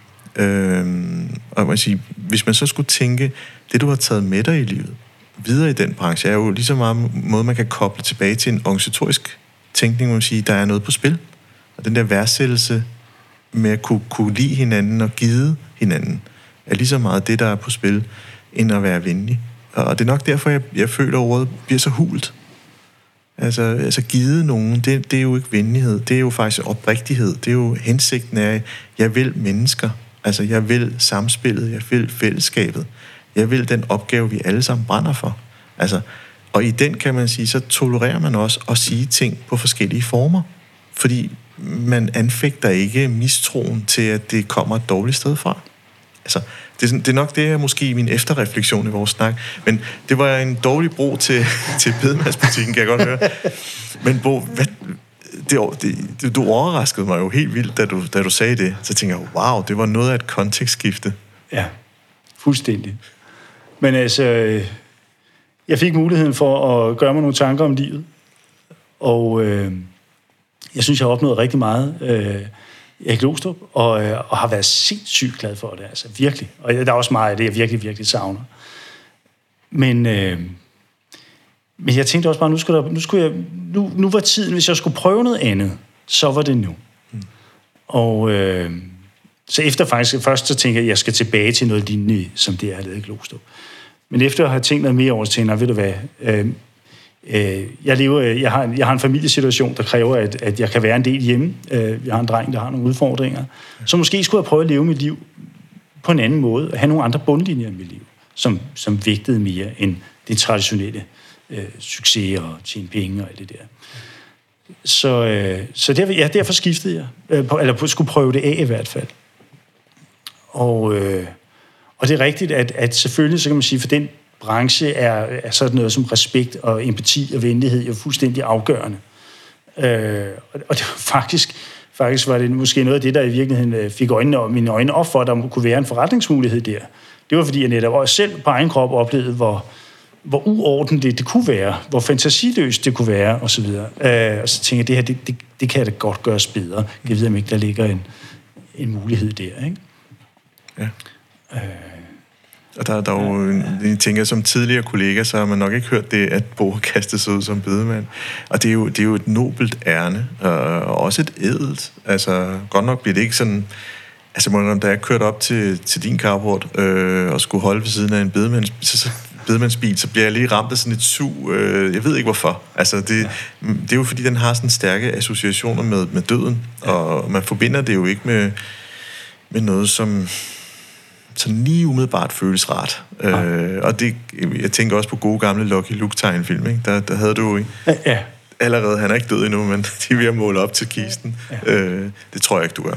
Øhm, og man sige, hvis man så skulle tænke, det du har taget med dig i livet, videre i den branche, er jo lige så meget måde, man kan koble tilbage til en organisatorisk tænkning, hvor man siger, der er noget på spil. Og den der værdsættelse med at kunne, kunne lide hinanden og give hinanden, er lige så meget det, der er på spil, end at være venlig. Og det er nok derfor, jeg, jeg føler, at ordet bliver så hult. Altså, altså givet nogen, det, det er jo ikke venlighed, det er jo faktisk oprigtighed, det er jo hensigten af, jeg vil mennesker, altså jeg vil samspillet, jeg vil fællesskabet, jeg vil den opgave, vi alle sammen brænder for. Altså, og i den kan man sige, så tolererer man også at sige ting på forskellige former, fordi man anfægter ikke mistroen til, at det kommer et dårligt sted fra. Altså, det er, sådan, det er nok det her måske min efterreflektion i vores snak, men det var en dårlig bro til, til bedemandsbutikken, kan jeg godt høre. Men Bo, hvad, det, det, du overraskede mig jo helt vildt, da du, da du sagde det. Så tænkte jeg, wow, det var noget af et kontekstskifte. Ja, fuldstændig. Men altså, jeg fik muligheden for at gøre mig nogle tanker om livet, og øh, jeg synes, jeg har opnået rigtig meget øh, Erik Glostrup, og, øh, og har været sindssygt glad for det, altså virkelig. Og der er også meget af det, jeg virkelig, virkelig savner. Men, øh, men jeg tænkte også bare, nu, skulle der, nu, skulle jeg, nu, nu var tiden, hvis jeg skulle prøve noget andet, så var det nu. Mm. Og øh, så efter faktisk, først så tænkte jeg, at jeg skal tilbage til noget lignende, som det, jeg har lavet i Glostrup. Men efter at have tænkt noget mere over, så tænkte jeg, ved du hvad, øh, øh, jeg, lever, jeg, har, jeg har en familiesituation, der kræver, at, at jeg kan være en del hjemme. Øh, jeg har en dreng, der har nogle udfordringer. Så måske skulle jeg prøve at leve mit liv på en anden måde, og have nogle andre bundlinjer i mit liv, som, som vægtede mere end det traditionelle øh, succes og tjene penge og alt det der. Så, øh, så derfor, ja, derfor skiftede jeg, øh, på, eller skulle prøve det af i hvert fald. Og, øh, og det er rigtigt, at, at selvfølgelig, så kan man sige, for den branche er, er sådan noget som respekt og empati og venlighed jo fuldstændig afgørende. Øh, og, og det var faktisk, faktisk var det måske noget af det, der i virkeligheden fik øjnene, mine øjne op for, at der kunne være en forretningsmulighed der. Det var fordi, jeg netop også selv på egen krop oplevede, hvor, hvor uordentligt det kunne være, hvor fantasiløst det kunne være, og så videre. Øh, og så tænkte jeg, det her, det, det, det kan da godt gøres bedre. Jeg ved, om ikke der ligger en, en mulighed der, ikke? Ja. Øh, og der, der er jo, ja, ja. Jeg tænker, som tidligere kollega, så har man nok ikke hørt det, at Bo har kastet sig ud som bedemand. Og det er jo, det er jo et nobelt ærne, og også et ædelt. Altså, godt nok bliver det ikke sådan... Altså, da jeg kørte op til, til din carport øh, og skulle holde ved siden af en bedemands, så, så, bedemandsbil, så bliver jeg lige ramt af sådan et sug. Øh, jeg ved ikke, hvorfor. Altså, det, ja. det er jo, fordi den har sådan stærke associationer med, med døden, ja. Og man forbinder det jo ikke med, med noget, som... så lige umiddelbart føles rart. Ja. Øh, og det, jeg tænker også på gode gamle Lucky Luke-tegnefilm, ikke? Der, der havde du jo, ikke? Ja. allerede. Han er ikke død endnu, men de er ved at måle op til kisten. Ja. Øh, det tror jeg ikke, du er.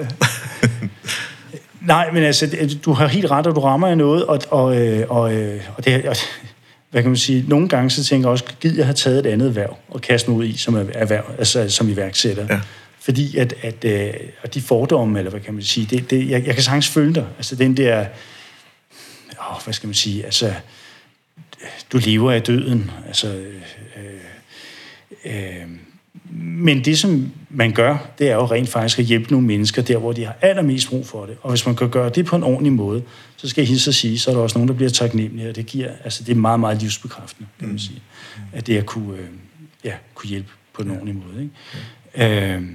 Nej, men altså, du har helt ret, og du rammer af noget, og, og, og, og det og, hvad kan man sige, nogle gange så tænker jeg også, gider jeg have taget et andet erhverv og kaste mig ud i som erhverv, altså som iværksætter. Ja. Fordi at, at, at de fordomme, eller hvad kan man sige, det, det, jeg, jeg kan sagtens følge dig. Altså den der, åh, hvad skal man sige, altså, du lever af døden, altså, øh, øh, men det, som man gør, det er jo rent faktisk at hjælpe nogle mennesker der, hvor de har allermest brug for det. Og hvis man kan gøre det på en ordentlig måde, så skal jeg hilse at sige, så er der også nogen, der bliver taknemmelige, og det giver, altså det er meget, meget livsbekræftende, kan man sige, at det at kunne, øh, ja, kunne hjælpe på en ordentlig måde. Ikke? Ja. Øh,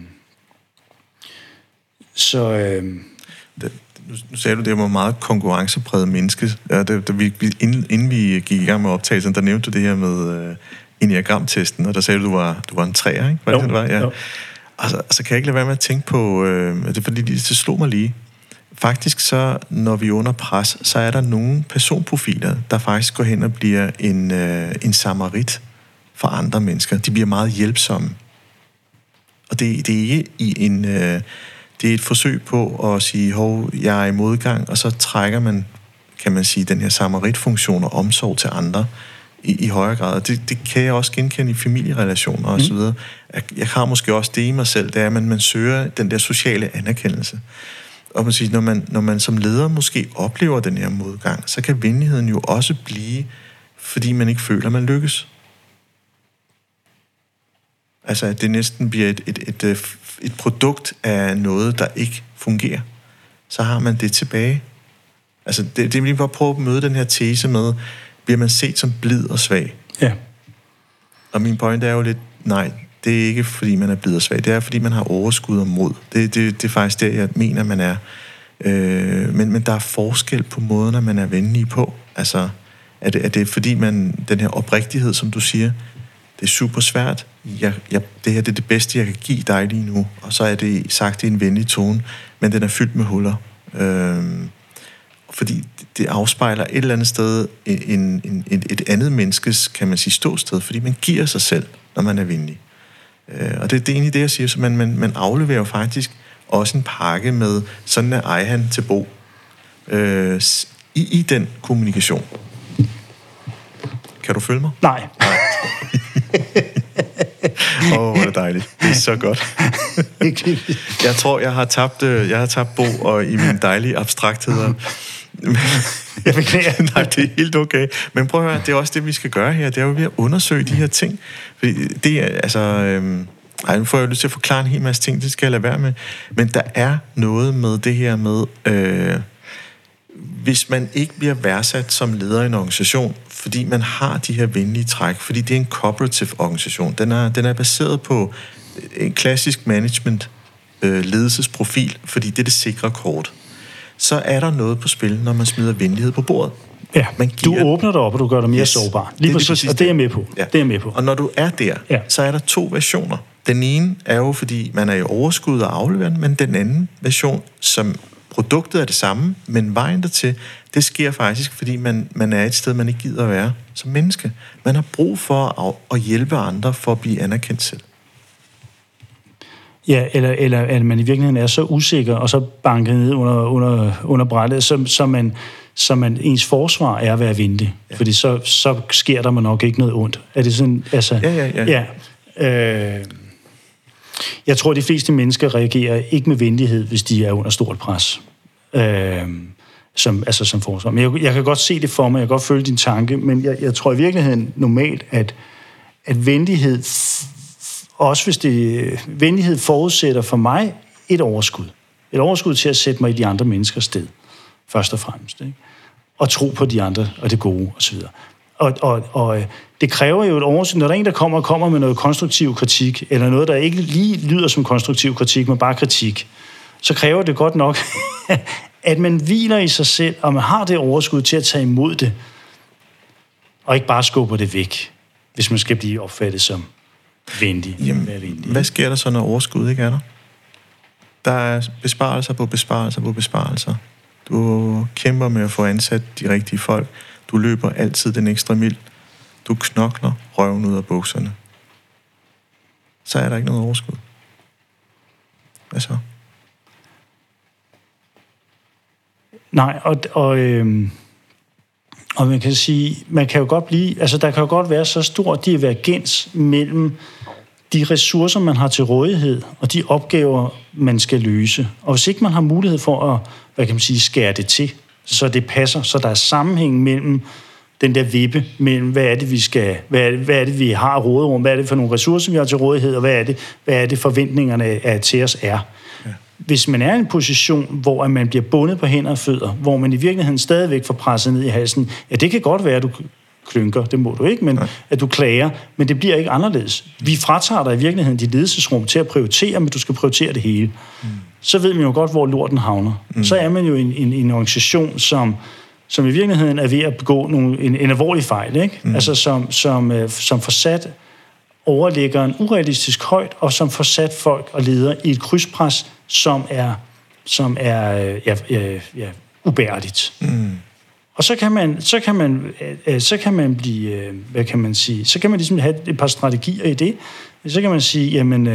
så... Øh, det, nu, nu sagde du, det var meget konkurrencepræget menneske. Ja, det, det, vi, inden, inden vi gik i gang med optagelsen, der nævnte du det her med... Øh, Enneagram-testen, og der sagde du, du var, du var en træer, ikke? Var det, jo, det var? Ja. Jo. Altså, altså kan jeg ikke lade være med at tænke på, øh, det er fordi, det slog mig lige. Faktisk så, når vi er under pres, så er der nogle personprofiler, der faktisk går hen og bliver en, øh, en samarit for andre mennesker. De bliver meget hjælpsomme. Og det, det er ikke i en... Øh, det er et forsøg på at sige, hov, jeg er i modgang, og så trækker man, kan man sige, den her samarit-funktion og omsorg til andre i, i højere grad. Det, det kan jeg også genkende i familierelationer og mm. så videre. Jeg, jeg har måske også det i mig selv, det er, at man, man søger den der sociale anerkendelse. Og man siger, når man, når man som leder måske oplever den her modgang, så kan venligheden jo også blive, fordi man ikke føler, at man lykkes. Altså, at det næsten bliver et, et, et, et, et produkt af noget, der ikke fungerer. Så har man det tilbage. Altså, det, det er lige bare at prøve at møde den her tese med, bliver man set som blid og svag? Ja. Og min pointe er jo lidt, nej, det er ikke, fordi man er blid og svag. Det er, fordi man har overskud og mod. Det, det, det er faktisk det, jeg mener, man er. Øh, men, men der er forskel på måden, at man er venlig på. Altså, er det, er det fordi man, den her oprigtighed, som du siger, det er super svært. Jeg, jeg, det her det er det bedste, jeg kan give dig lige nu. Og så er det sagt i en venlig tone, men den er fyldt med huller. Øh, fordi det afspejler et eller andet sted en, en, en, et andet menneskes, kan man sige, ståsted, fordi man giver sig selv, når man er venlig. Øh, og det, det er egentlig det, jeg siger, så man, man, man afleverer jo faktisk også en pakke med sådan en ejhan til Bo øh, i, i den kommunikation. Kan du følge mig? Nej. Nej. Åh, oh, hvor er det dejligt. Det er så godt. Jeg tror, jeg har tabt, jeg har tabt Bo og i mine dejlige abstraktheder. Jeg beklager. Nej, det er helt okay. Men prøv at høre, det er også det, vi skal gøre her. Det er jo ved at undersøge de her ting. Fordi det er, altså... Øhm, ej, nu får jeg lyst til at forklare en hel masse ting, det skal jeg lade være med. Men der er noget med det her med... Øh, hvis man ikke bliver værdsat som leder i en organisation, fordi man har de her venlige træk, fordi det er en cooperative organisation, den er, den er baseret på en klassisk management øh, ledelsesprofil, fordi det er det sikre kort, så er der noget på spil, når man smider venlighed på bordet. Ja, man giver... du åbner dig op, og du gør dig mere yes. sårbar. Lige, lige præcis, præcis, og det er jeg med på. Ja. Det er jeg med på. Og når du er der, ja. så er der to versioner. Den ene er jo, fordi man er i overskud og afleverer, men den anden version, som produktet er det samme, men vejen dertil, det sker faktisk, fordi man, man er et sted, man ikke gider at være som menneske. Man har brug for at, at hjælpe andre for at blive anerkendt selv. Ja, eller, eller at man i virkeligheden er så usikker, og så banket ned under, under, under brættet, så, så, man, så man, ens forsvar er at være venlig. Ja. Fordi så, så sker der man nok ikke noget ondt. Er det sådan, altså... Ja, ja, ja. ja øh, jeg tror, de fleste mennesker reagerer ikke med venlighed, hvis de er under stort pres. Øh, som, altså som forsvar. Men jeg, jeg kan godt se det for mig, jeg kan godt følge din tanke, men jeg, jeg tror i virkeligheden normalt, at, at venlighed... Også hvis det venlighed forudsætter for mig et overskud. Et overskud til at sætte mig i de andre menneskers sted, først og fremmest. Ikke? Og tro på de andre, og det gode, osv. Og, og, og det kræver jo et overskud. Når der er en, der kommer og kommer med noget konstruktiv kritik, eller noget, der ikke lige lyder som konstruktiv kritik, men bare kritik, så kræver det godt nok, at man hviler i sig selv, og man har det overskud til at tage imod det, og ikke bare skubber det væk, hvis man skal blive opfattet som venlig. Jamen, venlig. Hvad sker der så, når overskud ikke er der? Der er besparelser på besparelser på besparelser. Du kæmper med at få ansat de rigtige folk. Du løber altid den ekstra mil. Du knokler røven ud af bukserne. så er der ikke noget overskud. Hvad så? Nej, og, og, øh, og man kan sige, man kan jo godt blive, altså der kan jo godt være så stor divergens mellem de ressourcer, man har til rådighed, og de opgaver, man skal løse. Og hvis ikke man har mulighed for at, hvad kan man sige, skære det til, så det passer, så der er sammenhæng mellem den der vippe, mellem hvad er det, vi skal, hvad er det, hvad er det, vi har råderum, hvad er det for nogle ressourcer, vi har til rådighed, og hvad er det, hvad er det forventningerne af, til os er. Ja. Hvis man er i en position, hvor man bliver bundet på hænder og fødder, hvor man i virkeligheden stadigvæk får presset ned i halsen, ja, det kan godt være, at du klynker, det må du ikke, men ja. At du klager, men det bliver ikke anderledes. Vi fratager dig i virkeligheden dit ledelsesrum til at prioritere, men du skal prioritere det hele. Mm. Så ved man jo godt, hvor lorten havner. Mm. Så er man jo en, en, en organisation, som, som i virkeligheden er ved at begå nogle, en, en alvorlig fejl, ikke? Mm. Altså som, som, som får sat overliggeren urealistisk højt, og som får sat folk og ledere i et krydspres, som er, som er ja, ja, ja, ubærligt. Mm. Og så kan man, så kan man, så kan man blive, hvad kan man sige, så kan man ligesom have et par strategier i det. Så kan man sige, jamen,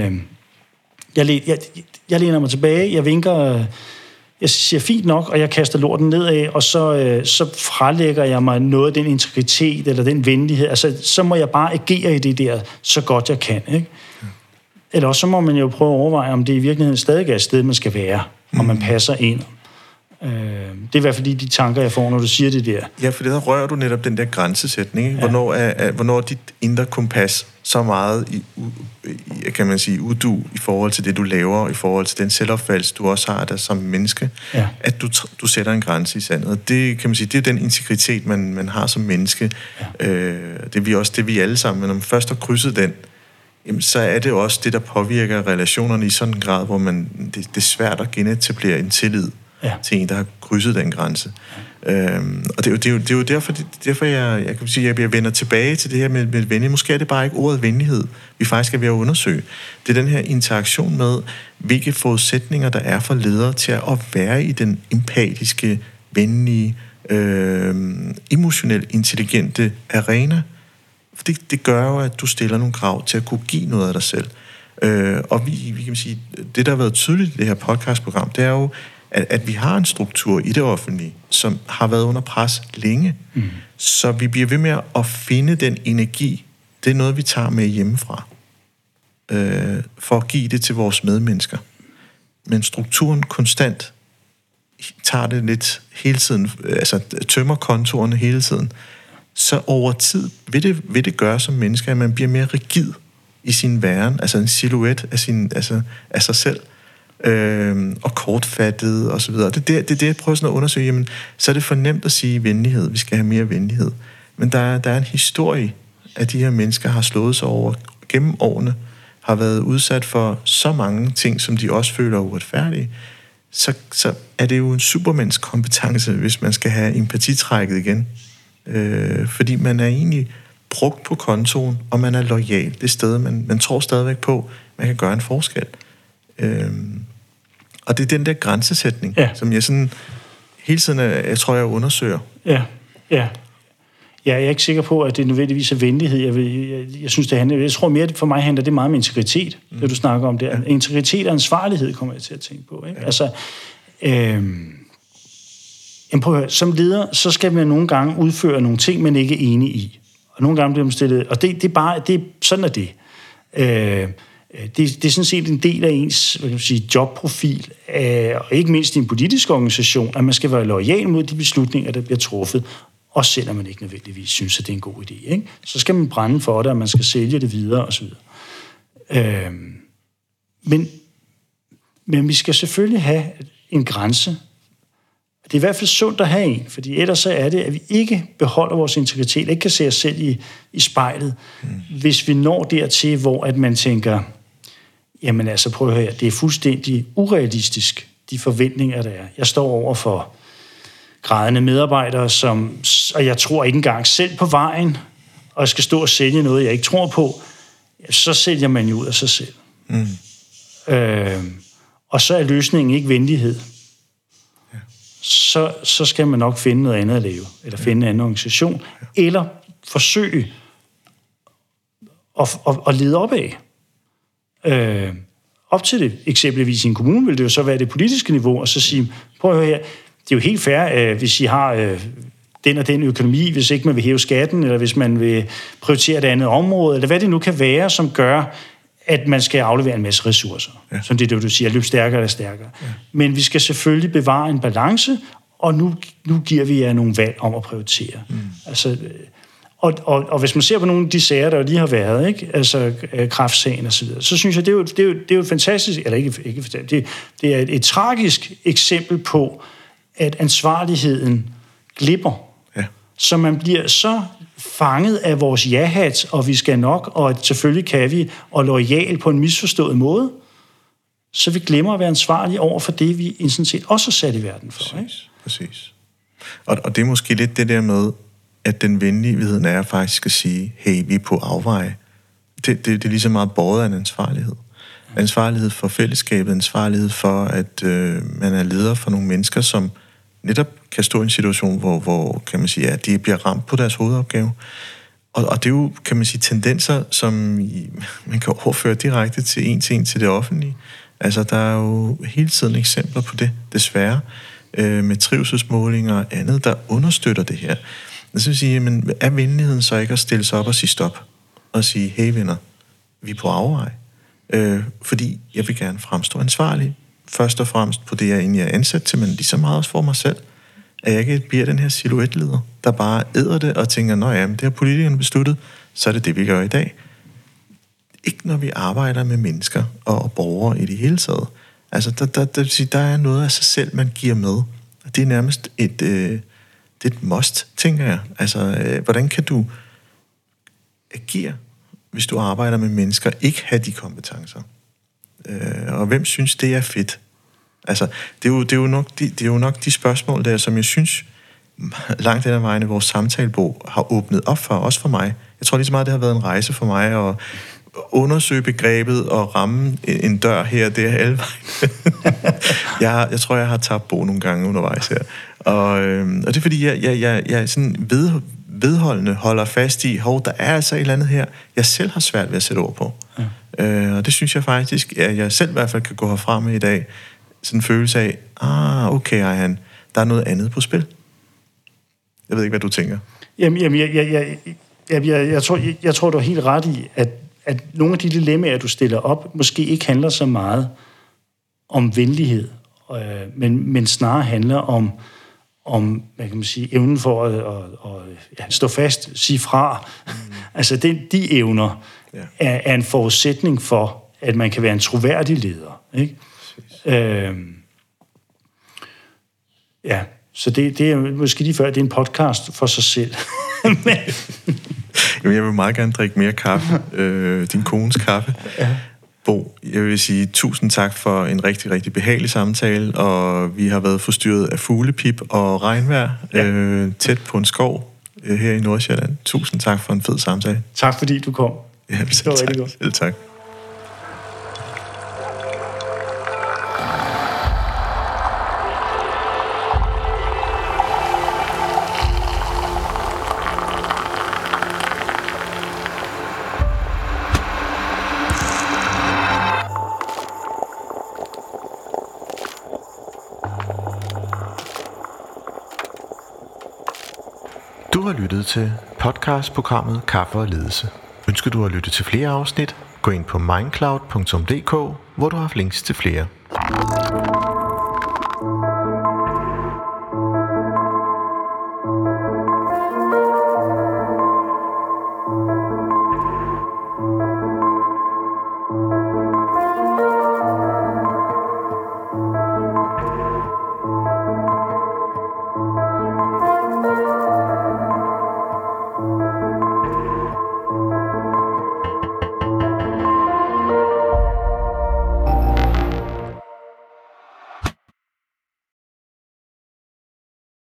jeg, jeg, jeg læner mig tilbage, jeg vinker, jeg siger fint nok, og jeg kaster lorten nedad, og så, så fralægger jeg mig noget af den integritet eller den venlighed. Altså, så må jeg bare agere i det der, så godt jeg kan, ikke? Eller også så må man jo prøve at overveje, om det i virkeligheden stadig er et sted, man skal være, mm. og man passer ind. Det er i hvert fald de tanker, jeg får, når du siger det der. Ja, for det der rører du netop den der grænsesætning. Ikke? Hvornår, er, er, hvornår er dit indre kompas så meget i, i, kan man sige, udu i forhold til det, du laver, i forhold til den selvopfattelse, du også har der som menneske, ja. At du, du sætter en grænse i sandet. Og det, kan man sige, det er den integritet, man, man har som menneske. Ja. Øh, det er vi også det, vi alle sammen. Men når man først har krydset den, jamen, så er det også det, der påvirker relationerne i sådan en grad, hvor man, det, det er svært at genetablere en tillid. Ja. Til en, der har krydset den grænse. Ja. Øhm, og det er, jo, det, er jo, det er jo derfor, det, derfor jeg, jeg kan sige, at jeg vender tilbage til det her med, med venlighed. Måske er det bare ikke ordet venlighed, vi faktisk er ved at undersøge. Det er den her interaktion med, hvilke forudsætninger der er for ledere til at være i den empatiske, venlige, øh, emotionelt intelligente arena. For det, det gør jo, at du stiller nogle krav til at kunne give noget af dig selv. Øh, og vi, vi kan sige, det, der har været tydeligt i det her podcastprogram, det er jo, At, at vi har en struktur i det offentlige, som har været under pres længe. Mm. Så vi bliver ved med at finde den energi. Det er noget, vi tager med hjemmefra. Øh, for at give det til vores medmennesker. Men strukturen konstant tager det lidt hele tiden, altså tømmer kontorerne hele tiden. Så over tid vil det, vil det gøre som mennesker, at man bliver mere rigid i sin væren, altså en silhuet af, sin, altså af sig selv. Øh, og kortfattet og så videre. Det er det, det, det jeg prøver sådan at undersøge. Jamen, så er det for nemt at sige venlighed. Vi skal have mere venlighed. Men der er, der er en historie, at de her mennesker har slået sig over gennem årene, har været udsat for så mange ting, som de også føler uretfærdige. Så, så er det jo en supermands kompetence, hvis man skal have empatitrækket igen. Øh, fordi man er egentlig brugt på kontoen, og man er loyal. Det sted, man, man tror stadigvæk på, man kan gøre en forskel. Øhm, og det er den der grænsesætning, ja. Som jeg sådan hele tiden, jeg tror, jeg undersøger. Ja, ja. Ja, jeg er ikke sikker på, at det nødvendigvis er venlighed. Jeg, vil, jeg, jeg synes, det handler, jeg tror mere, for mig handler det meget om integritet, mm. det du snakker om der. Ja. Integritet og ansvarlighed kommer jeg til at tænke på. Ikke? Ja. Altså, øhm, prøv at høre, som leder, så skal man nogle gange udføre nogle ting, man ikke er enig i. Og nogle gange bliver man stillet, og det, det er bare, det, sådan er det. Øh, Det, det er sådan set en del af ens, hvad kan man sige, jobprofil, øh, og ikke mindst i en politisk organisation, at man skal være loyal mod de beslutninger, der bliver truffet, også selvom man ikke nødvendigvis synes, at det er en god idé. Ikke? Så skal man brænde for det, og man skal sælge det videre osv. Øh, men, men vi skal selvfølgelig have en grænse. Det er i hvert fald sundt at have en, fordi ellers så er det, at vi ikke beholder vores integritet, ikke kan se os selv i, i spejlet, mm. hvis vi når dertil, hvor at man tænker, jamen altså prøv at høre, det er fuldstændig urealistisk, de forventninger, der er. Jeg står over for grædende medarbejdere, som, og jeg tror ikke engang selv på vejen, og jeg skal stå og sælge noget, jeg ikke tror på, så sælger man jo ud af sig selv. Mm. Øh, og så er løsningen ikke venlighed. Så, så skal man nok finde noget andet at lave, eller finde en anden organisation, eller forsøge at, at, at lede op af. Øh, op til det, eksempelvis i en kommune, vil det jo så være det politiske niveau, og så sige, prøv at høre her, det er jo helt fair, øh, hvis I har øh, den og den økonomi, hvis ikke man vil hæve skatten, eller hvis man vil prioritere et andet område, eller hvad det nu kan være, som gør, at man skal aflevere en masse ressourcer. Ja. Som det, du siger, løb stærkere eller stærkere. Ja. Men vi skal selvfølgelig bevare en balance, og nu, nu giver vi jer nogle valg om at prioritere. Mm. Altså, og, og, og hvis man ser på nogle af de sager, der lige har været, ikke? Altså kræftsagen og så videre, så synes jeg, det er jo, det er jo, det er jo et fantastisk, eller ikke, ikke det, det er et, et tragisk eksempel på, at ansvarligheden glipper. Ja. Så man bliver så fanget af vores ja-hat, og vi skal nok, og selvfølgelig kan vi, og loyal på en misforstået måde, så vi glemmer at være ansvarlige over for det, vi sådan set også er sat i verden for. Præcis, ikke? Præcis. Og, og det er måske lidt det der med, at den venligheden er faktisk at sige, hey, vi er på afveje. Det, det, det er lige så meget båret af en ansvarlighed. Ansvarlighed for fællesskabet, ansvarlighed for, at øh, man er leder for nogle mennesker, som netop kan stå i en situation, hvor, hvor kan man sige, at de bliver ramt på deres hovedopgave. Og, og det er jo, kan man sige, tendenser, som man kan overføre direkte til en til en til det offentlige. Altså, der er jo hele tiden eksempler på det, desværre, øh, med trivselsmålinger og andet, der understøtter det her. Så vil sige, men er venligheden så ikke at stille sig op og sige stop? Og sige, hey venner, vi er på afvej. Øh, fordi jeg vil gerne fremstå ansvarlig. Først og fremmest på det, jeg egentlig er ansat til, men lige så meget også for mig selv. At jeg ikke bliver den her silhuetleder, der bare æder det og tænker, nå ja, det har politikerne besluttet, så er det det, vi gør i dag. Ikke når vi arbejder med mennesker og borgere i det hele taget. Altså, der, der, der, der er noget af sig selv, man giver med. Det er nærmest et, øh, det er et must, tænker jeg. Altså, øh, hvordan kan du agere, hvis du arbejder med mennesker, ikke have de kompetencer? Øh, og hvem synes, det er fedt? Altså, det er jo, det er jo, nok, de, det er jo nok de spørgsmål der, som jeg synes, langt den ad vejen i vores samtalebog har åbnet op for, også for mig. Jeg tror lige så meget, det har været en rejse for mig, at undersøge begrebet og ramme en dør her, det er alle vejen. jeg, jeg tror, jeg har tabt Bo nogle gange undervejs her. Og, øh, og det er fordi, jeg, jeg, jeg, jeg sådan ved, vedholdende holder fast i, hov, der er altså et eller andet her, jeg selv har svært ved at sætte ord på. Ja. Øh, og det synes jeg faktisk, at jeg selv i hvert fald kan gå herfra med i dag. Sådan en følelse af, ah, okay, Ejhan, der er noget andet på spil. Jeg ved ikke, hvad du tænker. Jamen, jamen jeg, jeg, jeg, jeg, jeg, jeg, tror, jeg, jeg tror, du er helt ret i, at, at nogle af de dilemmaer, du stiller op, måske ikke handler så meget om venlighed, øh, men, men snarere handler om, om hvad kan man sige, evnen for at, at, at ja, stå fast, sige fra. Mm. Altså, det, de evner ja. er, er en forudsætning for, at man kan være en troværdig leder, ikke? Øhm, ja, så det, det er måske lige før, det er en podcast for sig selv. Men... Jamen, jeg vil meget gerne drikke mere kaffe. øh, din kones kaffe. Ja. Bo, jeg vil sige tusind tak for en rigtig, rigtig behagelig samtale, og vi har været forstyrret af fuglepip og regnvejr ja. øh, tæt på en skov øh, her i Nordsjælland. Tusind tak for en fed samtale. Tak fordi du kom. Ja, selv det var tak. Rigtig godt. Selv tak. Du har lyttet til podcastprogrammet Kaffe og Ledelse. Ønsker du at lytte til flere afsnit? Gå ind på mindcloud punktum d k, hvor du har links til flere.